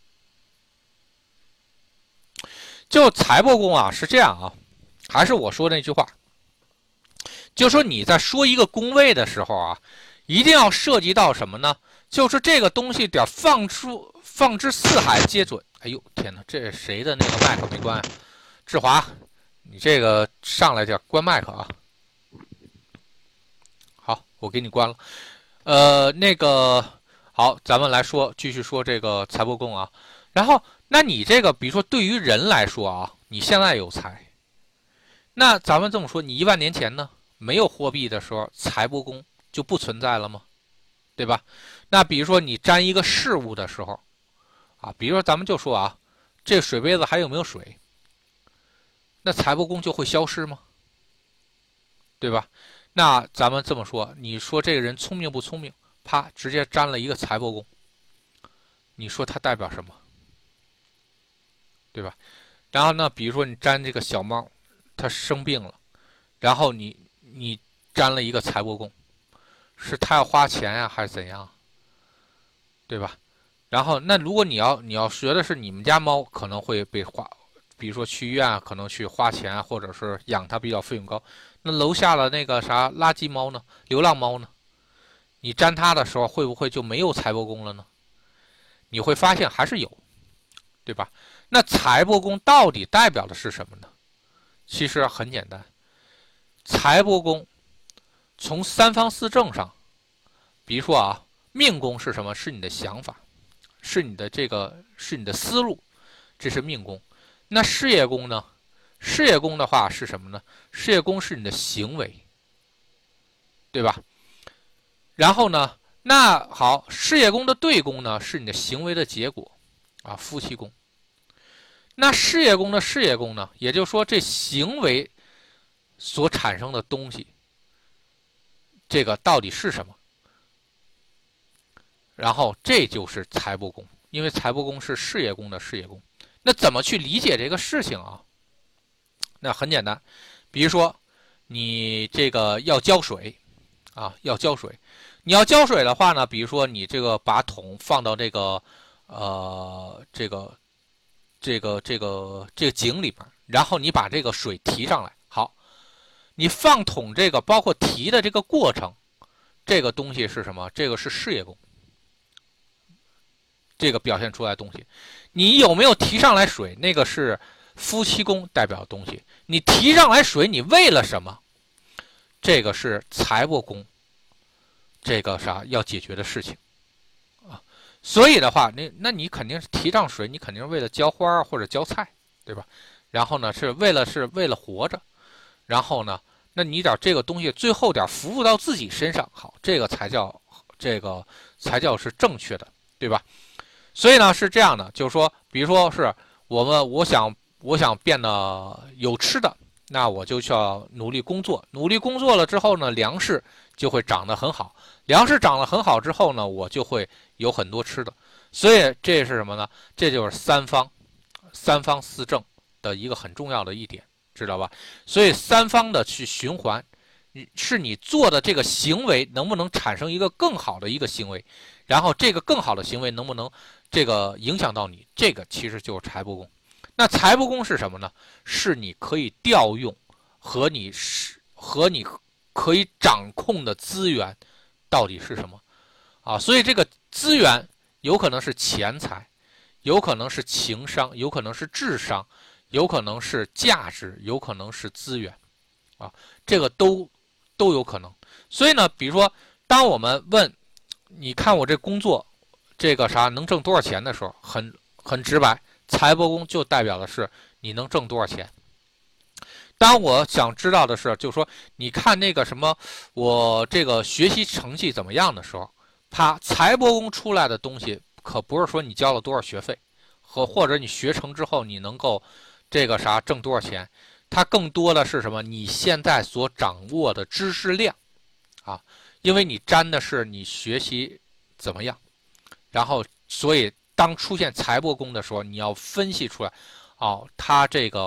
就财帛宫啊是这样啊，还是我说那句话，就说你在说一个宫位的时候啊，一定要涉及到什么呢？就是这个东西点放出放之四海皆准。哎呦天哪，这是谁的那个麦克没关啊？志华，你这个上来点关麦克啊。好，我给你关了。呃，那个好，咱们来说，继续说这个财帛宫啊。然后，那你这个，比如说对于人来说啊，你现在有财，那咱们这么说，你一万年前呢，没有货币的时候，财帛宫就不存在了吗？对吧？那比如说你沾一个事物的时候，啊，比如说咱们就说啊，这水杯子还有没有水？那财帛宫就会消失吗？对吧？那咱们这么说，你说这个人聪明不聪明？啪，直接沾了一个财帛宫，你说它代表什么？对吧？然后呢，比如说你沾这个小猫，它生病了，然后你你沾了一个财帛宫，是它要花钱呀、啊，还是怎样？对吧？然后那如果你要你要学的是你们家猫可能会被花，比如说去医院可能去花钱，或者是养它比较费用高。那楼下的那个啥垃圾猫呢？流浪猫呢？你沾它的时候会不会就没有财帛宫了呢？你会发现还是有，对吧？那财帛宫到底代表的是什么呢？其实很简单，财帛宫从三方四正上，比如说啊，命宫是什么？是你的想法，是你的这个是你的思路，这是命宫。那事业宫呢？事业宫的话是什么呢？事业宫是你的行为，对吧？然后呢，那好，事业宫的对宫呢是你的行为的结果啊，夫妻宫。那事业宫的事业宫呢，也就是说这行为所产生的东西，这个到底是什么？然后这就是财帛宫，因为财帛宫是事业宫的事业宫。那怎么去理解这个事情啊？那很简单，比如说你这个要浇水啊，要浇水，你要浇水的话呢，比如说你这个把桶放到这个呃这个这个这个这个井里边，然后你把这个水提上来。好，你放桶这个包括提的这个过程，这个东西是什么？这个是事业宫，这个表现出来的东西。你有没有提上来水？那个是夫妻宫代表的东西。你提上来水，你为了什么？这个是财帛宫，这个啥要解决的事情啊。所以的话，那那你肯定是提上水，你肯定是为了浇花或者浇菜，对吧？然后呢，是为了是为了活着，然后呢，那你点这个东西最后点服务到自己身上，好，这个才叫这个才叫是正确的，对吧？所以呢是这样的，就是说，比如说是我们我想我想变得有吃的，那我就需要努力工作，努力工作了之后呢，粮食就会长得很好，粮食长得很好之后呢，我就会有很多吃的。所以这是什么呢？这就是三方三方四正的一个很重要的一点，知道吧？所以三方的去循环，是你做的这个行为能不能产生一个更好的一个行为，然后这个更好的行为能不能这个影响到你，这个其实就是财帛宫。那财帛宫是什么呢？是你可以调用和你是和你可以掌控的资源到底是什么啊？所以这个资源有可能是钱财，有可能是情商，有可能是智商，有可能是价值，有可能是资源啊，这个都都有可能。所以呢，比如说当我们问你看我这工作这个啥能挣多少钱的时候，很很直白，财帛宫就代表的是你能挣多少钱。当我想知道的是，就是说你看那个什么我这个学习成绩怎么样的时候，啪，财帛宫出来的东西可不是说你交了多少学费和或者你学成之后你能够这个啥挣多少钱，它更多的是什么？你现在所掌握的知识量啊，因为你沾的是你学习怎么样，然后所以当出现财帛宫的时候，你要分析出来，哦，他这个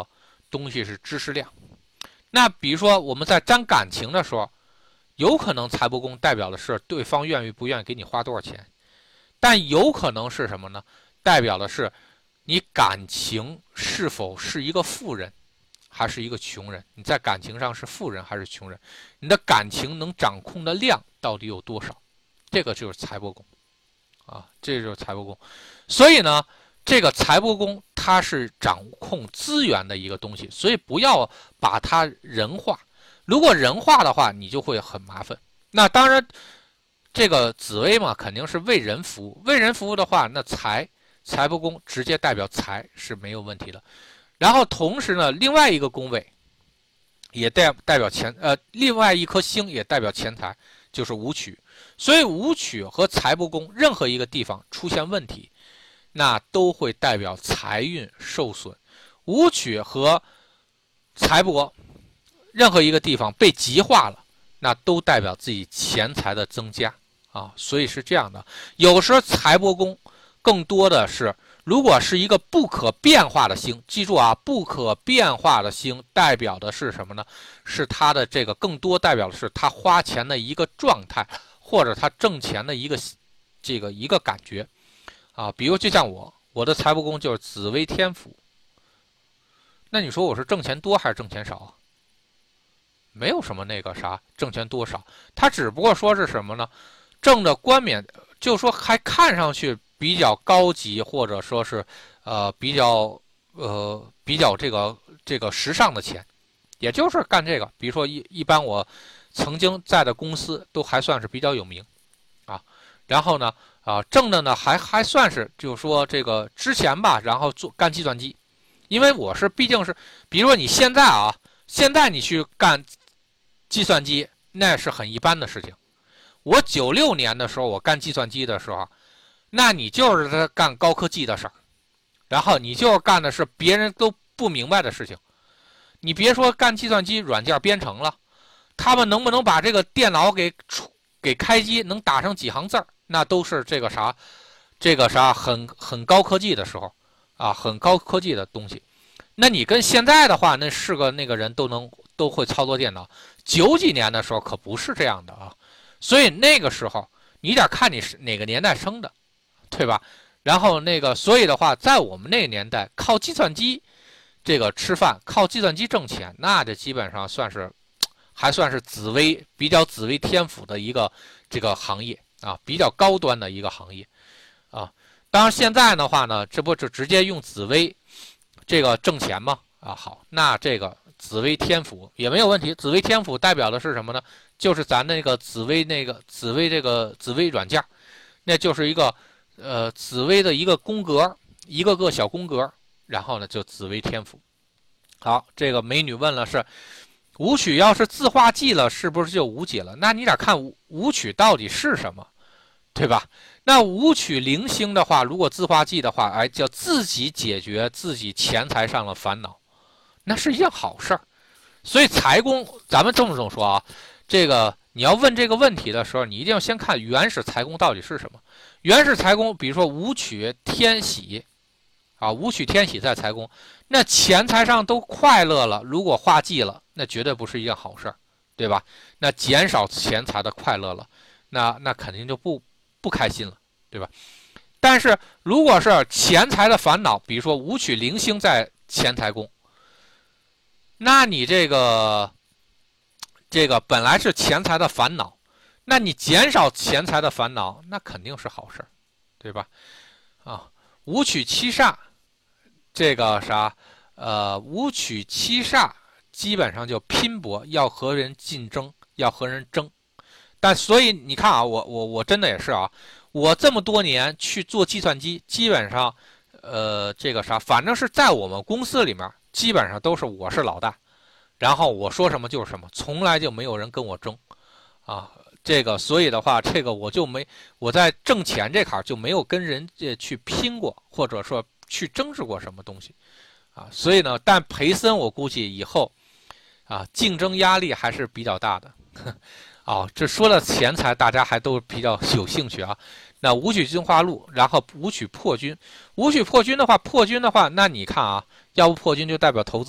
东西是知识量。那比如说我们在沾感情的时候，有可能财帛宫代表的是对方愿意不愿意给你花多少钱，但有可能是什么呢？代表的是你感情是否是一个富人还是一个穷人，你在感情上是富人还是穷人，你的感情能掌控的量到底有多少，这个就是财帛宫啊，这就是财帛宫。所以呢，这个财帛宫它是掌控资源的一个东西，所以不要把它人化。如果人化的话，你就会很麻烦。那当然，这个紫微嘛，肯定是为人服务。为人服务的话，那财财帛宫直接代表财是没有问题的。然后同时呢，另外一个宫位也代代表钱，呃，另外一颗星也代表钱财，就是武曲。所以武曲和财帛宫任何一个地方出现问题，那都会代表财运受损。武曲和财帛任何一个地方被极化了，那都代表自己钱财的增加啊。所以是这样的，有时候财帛宫更多的是，如果是一个不可变化的星，记住啊，不可变化的星代表的是什么呢？是它的这个更多代表的是他花钱的一个状态，或者他挣钱的一个这个一个感觉啊。比如就像我，我的财帛宫就是紫微天府，那你说我是挣钱多还是挣钱少啊？没有什么那个啥挣钱多少，他只不过说是什么呢？挣的冠冕，就说还看上去比较高级，或者说是呃比较呃比较这个这个时尚的钱，也就是干这个。比如说一一般我曾经在的公司都还算是比较有名啊，然后呢啊挣的呢还还算是就是说这个之前吧，然后做干计算机，因为我是毕竟是，比如说你现在啊，现在你去干计算机那是很一般的事情。我九六年的时候我干计算机的时候，那你就是在干高科技的事儿，然后你就是干的是别人都不明白的事情。你别说干计算机软件编程了，他们能不能把这个电脑给给开机能打上几行字儿，那都是这个啥这个啥很很高科技的时候啊，很高科技的东西。那你跟现在的话，那是个那个人都能都会操作电脑。九几年的时候可不是这样的啊，所以那个时候你得看你是哪个年代生的，对吧？然后那个，所以的话，在我们那个年代，靠计算机这个吃饭，靠计算机挣钱，那这基本上算是还算是紫微比较紫微天府的一个这个行业啊，比较高端的一个行业啊。当然现在的话呢，这不就直接用紫微这个挣钱吗？啊，好，那这个紫微天府也没有问题。紫微天府代表的是什么呢？就是咱那个紫微那个紫微这个紫微软件，那就是一个呃紫微的一个宫格，一个个小宫格，然后呢就紫微天府。好，这个美女问了是武曲要是自化忌了，是不是就无解了？那你得看武武曲到底是什么，对吧？那武曲零星的话，如果自化忌的话，哎，叫自己解决自己钱财上的烦恼，那是一件好事儿。所以财宫，咱们这么这么说啊，这个你要问这个问题的时候，你一定要先看原始财宫到底是什么。原始财宫，比如说武曲天喜啊，武曲天喜在财宫，那钱财上都快乐了，如果化忌了，那绝对不是一件好事儿，对吧？那减少钱财的快乐了，那那肯定就不不开心了，对吧？但是如果是钱财的烦恼，比如说武曲零星在钱财宫，那你这个这个本来是钱财的烦恼，那你减少钱财的烦恼，那肯定是好事，对吧？啊，武曲七煞，这个啥呃，武曲七煞基本上就拼搏，要和人竞争，要和人争。但所以你看啊，我我我真的也是啊，我这么多年去做计算机，基本上呃这个啥，反正是在我们公司里面，基本上都是我是老大，然后我说什么就是什么，从来就没有人跟我争啊。这个所以的话，这个我就没我在挣钱这坎就没有跟人家去拼过，或者说去争执过什么东西啊。所以呢，但培森我估计以后啊，竞争压力还是比较大的。哦，这说了钱财，大家还都比较有兴趣啊。那武曲进化禄，然后武曲破军，武曲破军的话，破军的话，那你看啊，要不破军就代表投资，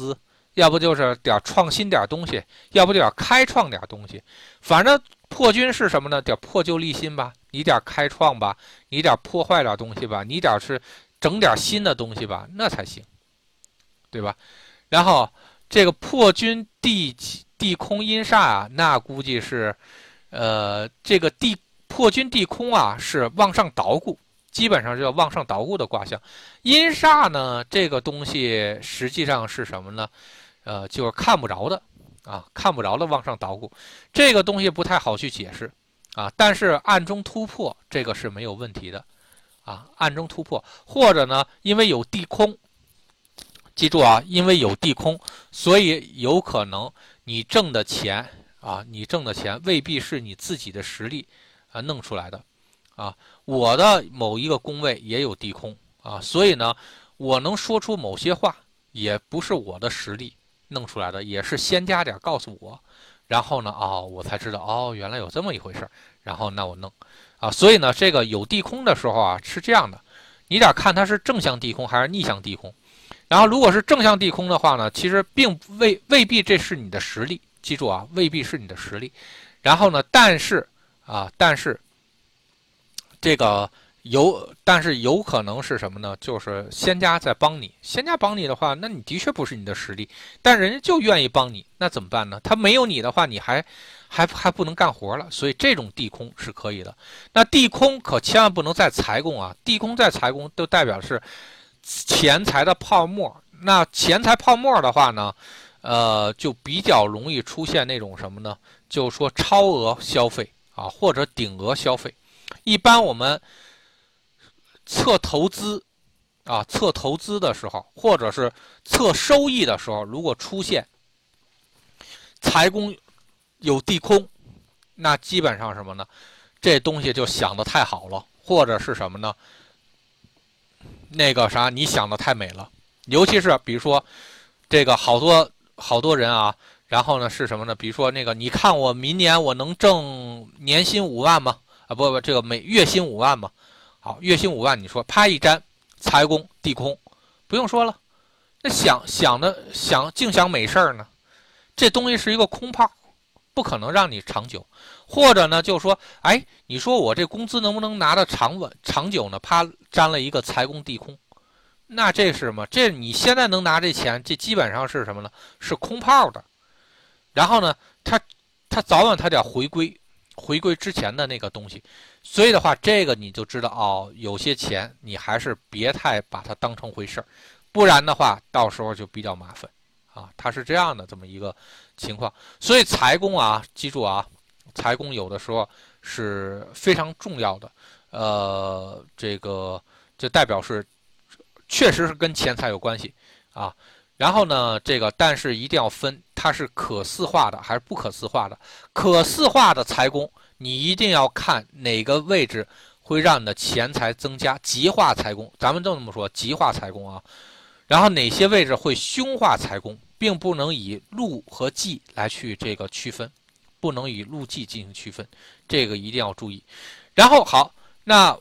要不就是点创新点东西，要不就点开创点东西。反正破军是什么呢？点破旧立新吧，你点开创吧，你点破坏点东西吧，你点是整点新的东西吧，那才行，对吧？然后这个破军地地空阴煞啊，那估计是，呃，这个地破军地空啊是往上捣鼓，基本上是要往上捣鼓的卦象。阴煞呢，这个东西实际上是什么呢？呃，就是看不着的啊，看不着的往上捣鼓，这个东西不太好去解释啊。但是暗中突破这个是没有问题的啊，暗中突破，或者呢，因为有地空。记住啊，因为有地空，所以有可能你挣的钱啊，你挣的钱未必是你自己的实力啊弄出来的啊。我的某一个宫位也有地空啊，所以呢，我能说出某些话，也不是我的实力弄出来的，也是先加点告诉我，然后呢，哦，我才知道哦，原来有这么一回事，然后那我弄啊。所以呢，这个有地空的时候啊，是这样的，你得看它是正向地空还是逆向地空。然后，如果是正向地空的话呢，其实并未未必这是你的实力，记住啊，未必是你的实力。然后呢，但是啊，但是这个有，但是有可能是什么呢？就是仙家在帮你，仙家帮你的话，那你的确不是你的实力，但人家就愿意帮你，那怎么办呢？他没有你的话，你还还还不能干活了，所以这种地空是可以的。那地空可千万不能在财宫啊，地空在财宫都代表是钱财的泡沫。那钱财泡沫的话呢，呃，就比较容易出现那种什么呢？就是说超额消费啊，或者顶额消费。一般我们测投资啊，测投资的时候，或者是测收益的时候，如果出现财宫有地空，那基本上什么呢？这东西就想得太好了，或者是什么呢？那个啥，你想的太美了，尤其是比如说这个好多好多人啊，然后呢是什么呢？比如说那个，你看我明年我能挣年薪五万吗？啊，不不，这个每月薪五万吗？好，月薪五万，你说啪一沾，财宫地空，不用说了，那想想的想净想美事儿呢，这东西是一个空炮，不可能让你长久。或者呢，就说，哎，你说我这工资能不能拿的长稳长久呢？啪，沾了一个财宫地空，那这是什么？这你现在能拿这钱，这基本上是什么呢？是空炮的。然后呢，他他早晚他得回归，回归之前的那个东西。所以的话，这个你就知道哦，有些钱你还是别太把它当成回事儿，不然的话，到时候就比较麻烦啊。它是这样的这么一个情况。所以财宫啊，记住啊。财宫有的时候是非常重要的，呃，这个这代表是确实是跟钱财有关系啊。然后呢，这个但是一定要分，它是可视化的还是不可视化的。可视化的财宫，你一定要看哪个位置会让你的钱财增加，极化财宫，咱们就这么说，极化财宫啊。然后哪些位置会凶化财宫，并不能以禄和忌来去这个区分。不能以禄忌进行区分，这个一定要注意。然后好，那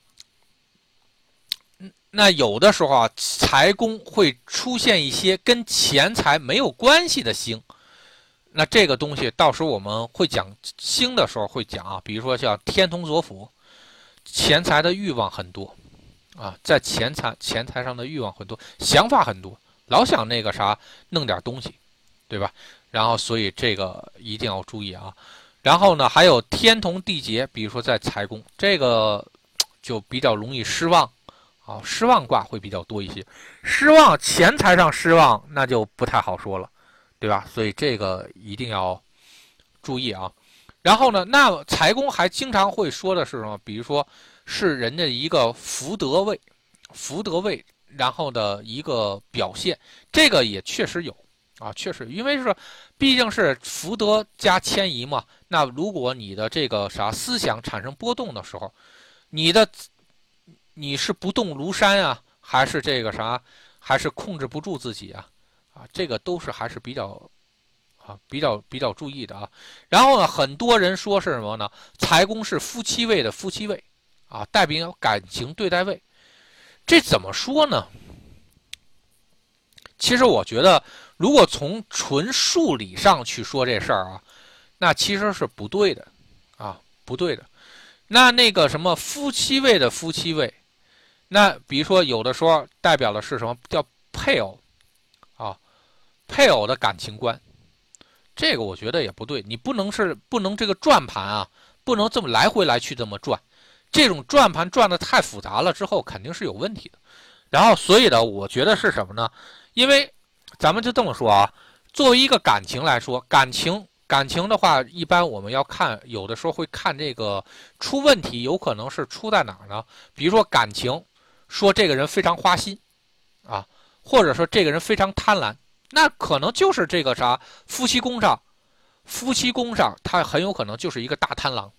那有的时候啊，财宫会出现一些跟钱财没有关系的星，那这个东西到时候我们会讲星的时候会讲啊，比如说像天同左辅，钱财的欲望很多啊，在钱财钱财上的欲望很多，想法很多，老想那个啥弄点东西，对吧？然后，所以这个一定要注意啊。然后呢，还有天同地劫，比如说在财宫，这个就比较容易失望啊，失望卦会比较多一些。失望，钱财上失望，那就不太好说了，对吧？所以这个一定要注意啊。然后呢，那财宫还经常会说的是什么？比如说是人家一个福德位，福德位，然后的一个表现，这个也确实有。啊，确实，因为是，毕竟是福德加迁移嘛。那如果你的这个啥思想产生波动的时候，你的你是不动如山啊，还是这个啥，还是控制不住自己啊？啊，这个都是还是比较啊比较比较注意的啊。然后呢，很多人说是什么呢？财宫是夫妻位的夫妻位啊，代表感情对待位。这怎么说呢？ 其实我觉得，如果从纯数理上去说这事儿啊，那其实是不对的啊，不对的。那那个什么夫妻位的夫妻位，那比如说有的时候代表的是什么叫配偶啊，配偶的感情观，这个我觉得也不对。你不能是不能这个转盘啊，不能这么来回来去这么转，这种转盘转的太复杂了之后肯定是有问题的。然后所以呢，我觉得是什么呢？因为咱们就这么说啊，作为一个感情来说，感情感情的话，一般我们要看，有的时候会看这个出问题，有可能是出在哪儿呢？比如说感情，说这个人非常花心啊，或者说这个人非常贪婪，那可能就是这个啥夫妻宫上，夫妻宫上他很有可能就是一个大贪狼，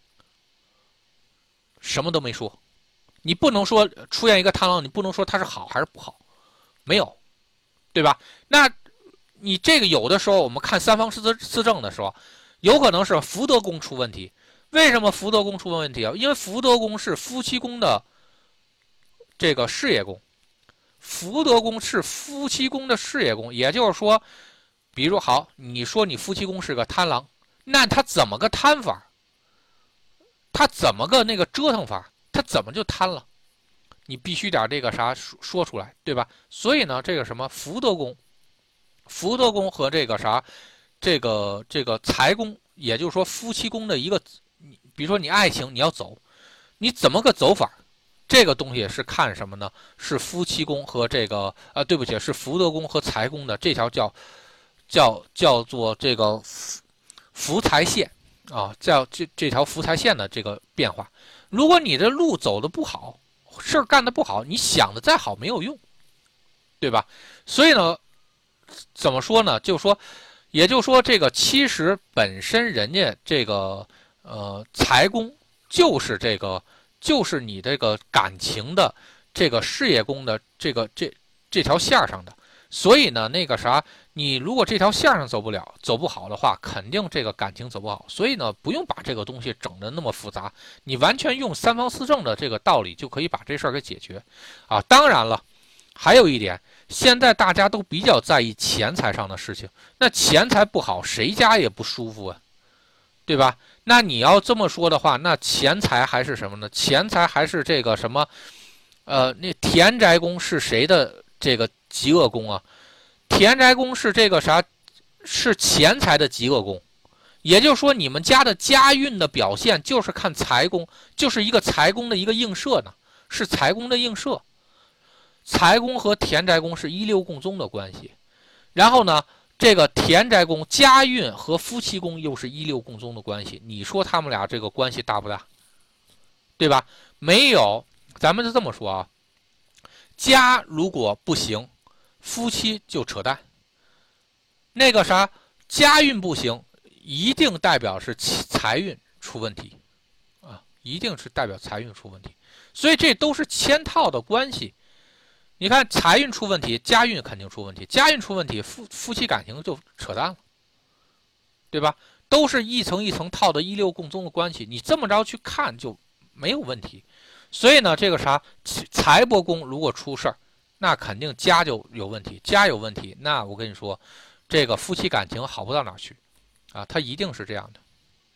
什么都没说。你不能说出现一个贪狼，你不能说他是好还是不好，没有。对吧？那你这个有的时候我们看三方四四正的时候，有可能是福德宫出问题。为什么福德宫出问题啊？因为福德宫是夫妻宫的这个事业宫，福德宫是夫妻宫的事业宫，也就是说，比如好，你说你夫妻宫是个贪狼，那他怎么个贪法？他怎么个那个折腾法？他怎么就贪了？你必须点这个啥说出来，对吧？所以呢，这个什么福德宫，福德宫和这个啥，这个这个财宫，也就是说夫妻宫的一个，比如说你爱情你要走，你怎么个走法？这个东西是看什么呢？是夫妻宫和这个啊，对不起，是福德宫和财宫的这条叫叫叫做这个福财线啊，叫这这条福财线的这个变化。如果你的路走的不好，事儿干得不好，你想的再好没有用，对吧？所以呢，怎么说呢？就说，也就是说，这个其实本身人家这个呃财宫就是这个就是你这个感情的这个事业宫的这个这这条线上的，所以呢，那个啥，你如果这条线上走不了，走不好的话，肯定这个感情走不好。所以呢，不用把这个东西整得那么复杂，你完全用三方四正的这个道理就可以把这事儿给解决，啊，当然了，还有一点，现在大家都比较在意钱财上的事情，那钱财不好，谁家也不舒服啊，对吧？那你要这么说的话，那钱财还是什么呢？钱财还是这个什么？呃，那田宅宫是谁的这个极恶宫啊？田宅宫是这个啥？是钱财的极恶宫，也就是说，你们家的家运的表现就是看财宫，就是一个财宫的一个映射呢，是财宫的映射。财宫和田宅宫是一六共宗的关系，然后呢，这个田宅宫家运和夫妻宫又是一六共宗的关系。你说他们俩这个关系大不大？对吧？没有，咱们就这么说啊。家如果不行，夫妻就扯淡。那个啥，家运不行，一定代表是财运出问题啊，一定是代表财运出问题。所以这都是嵌套的关系。你看财运出问题，家运肯定出问题，家运出问题，夫夫妻感情就扯淡了，对吧？都是一层一层套的一六共宗的关系，你这么着去看就没有问题。所以呢，这个啥财帛宫如果出事儿，那肯定家就有问题，家有问题，那我跟你说，这个夫妻感情好不到哪儿去，啊，它一定是这样的。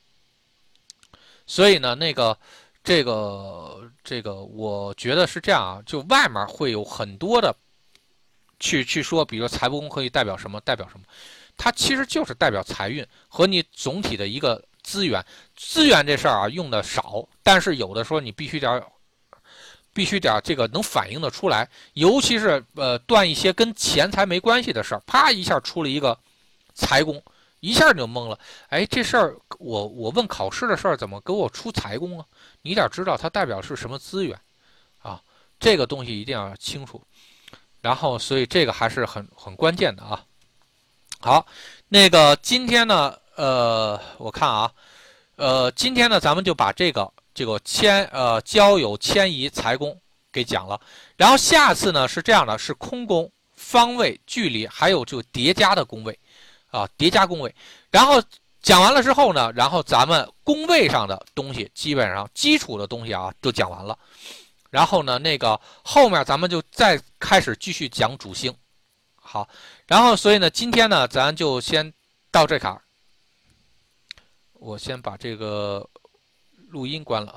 所以呢，那个。这个这个，我觉得是这样啊，就外面会有很多的去去说，比如说财帛宫可以代表什么，代表什么，它其实就是代表财运和你总体的一个资源。资源这事儿啊，用的少，但是有的时候你必须点，必须点这个能反映的出来，尤其是呃断一些跟钱财没关系的事儿，啪一下出了一个财宫，一下你就懵了。哎，这事儿我我问考试的事儿，怎么给我出财宫啊？你得知道它代表是什么资源啊，这个东西一定要清楚。然后，所以这个还是很很关键的啊。好，那个今天呢，呃，我看啊，呃，今天呢，咱们就把这个这个迁呃交友迁移财宫给讲了。然后下次呢是这样的，是空宫、方位、距离，还有就叠加的宫位啊，叠加宫位。然后讲完了之后呢，然后咱们宫位上的东西基本上基础的东西啊就讲完了，然后呢那个后面咱们就再开始继续讲主星好，然后所以呢，今天呢，咱就先到这卡。我先把这个录音关了。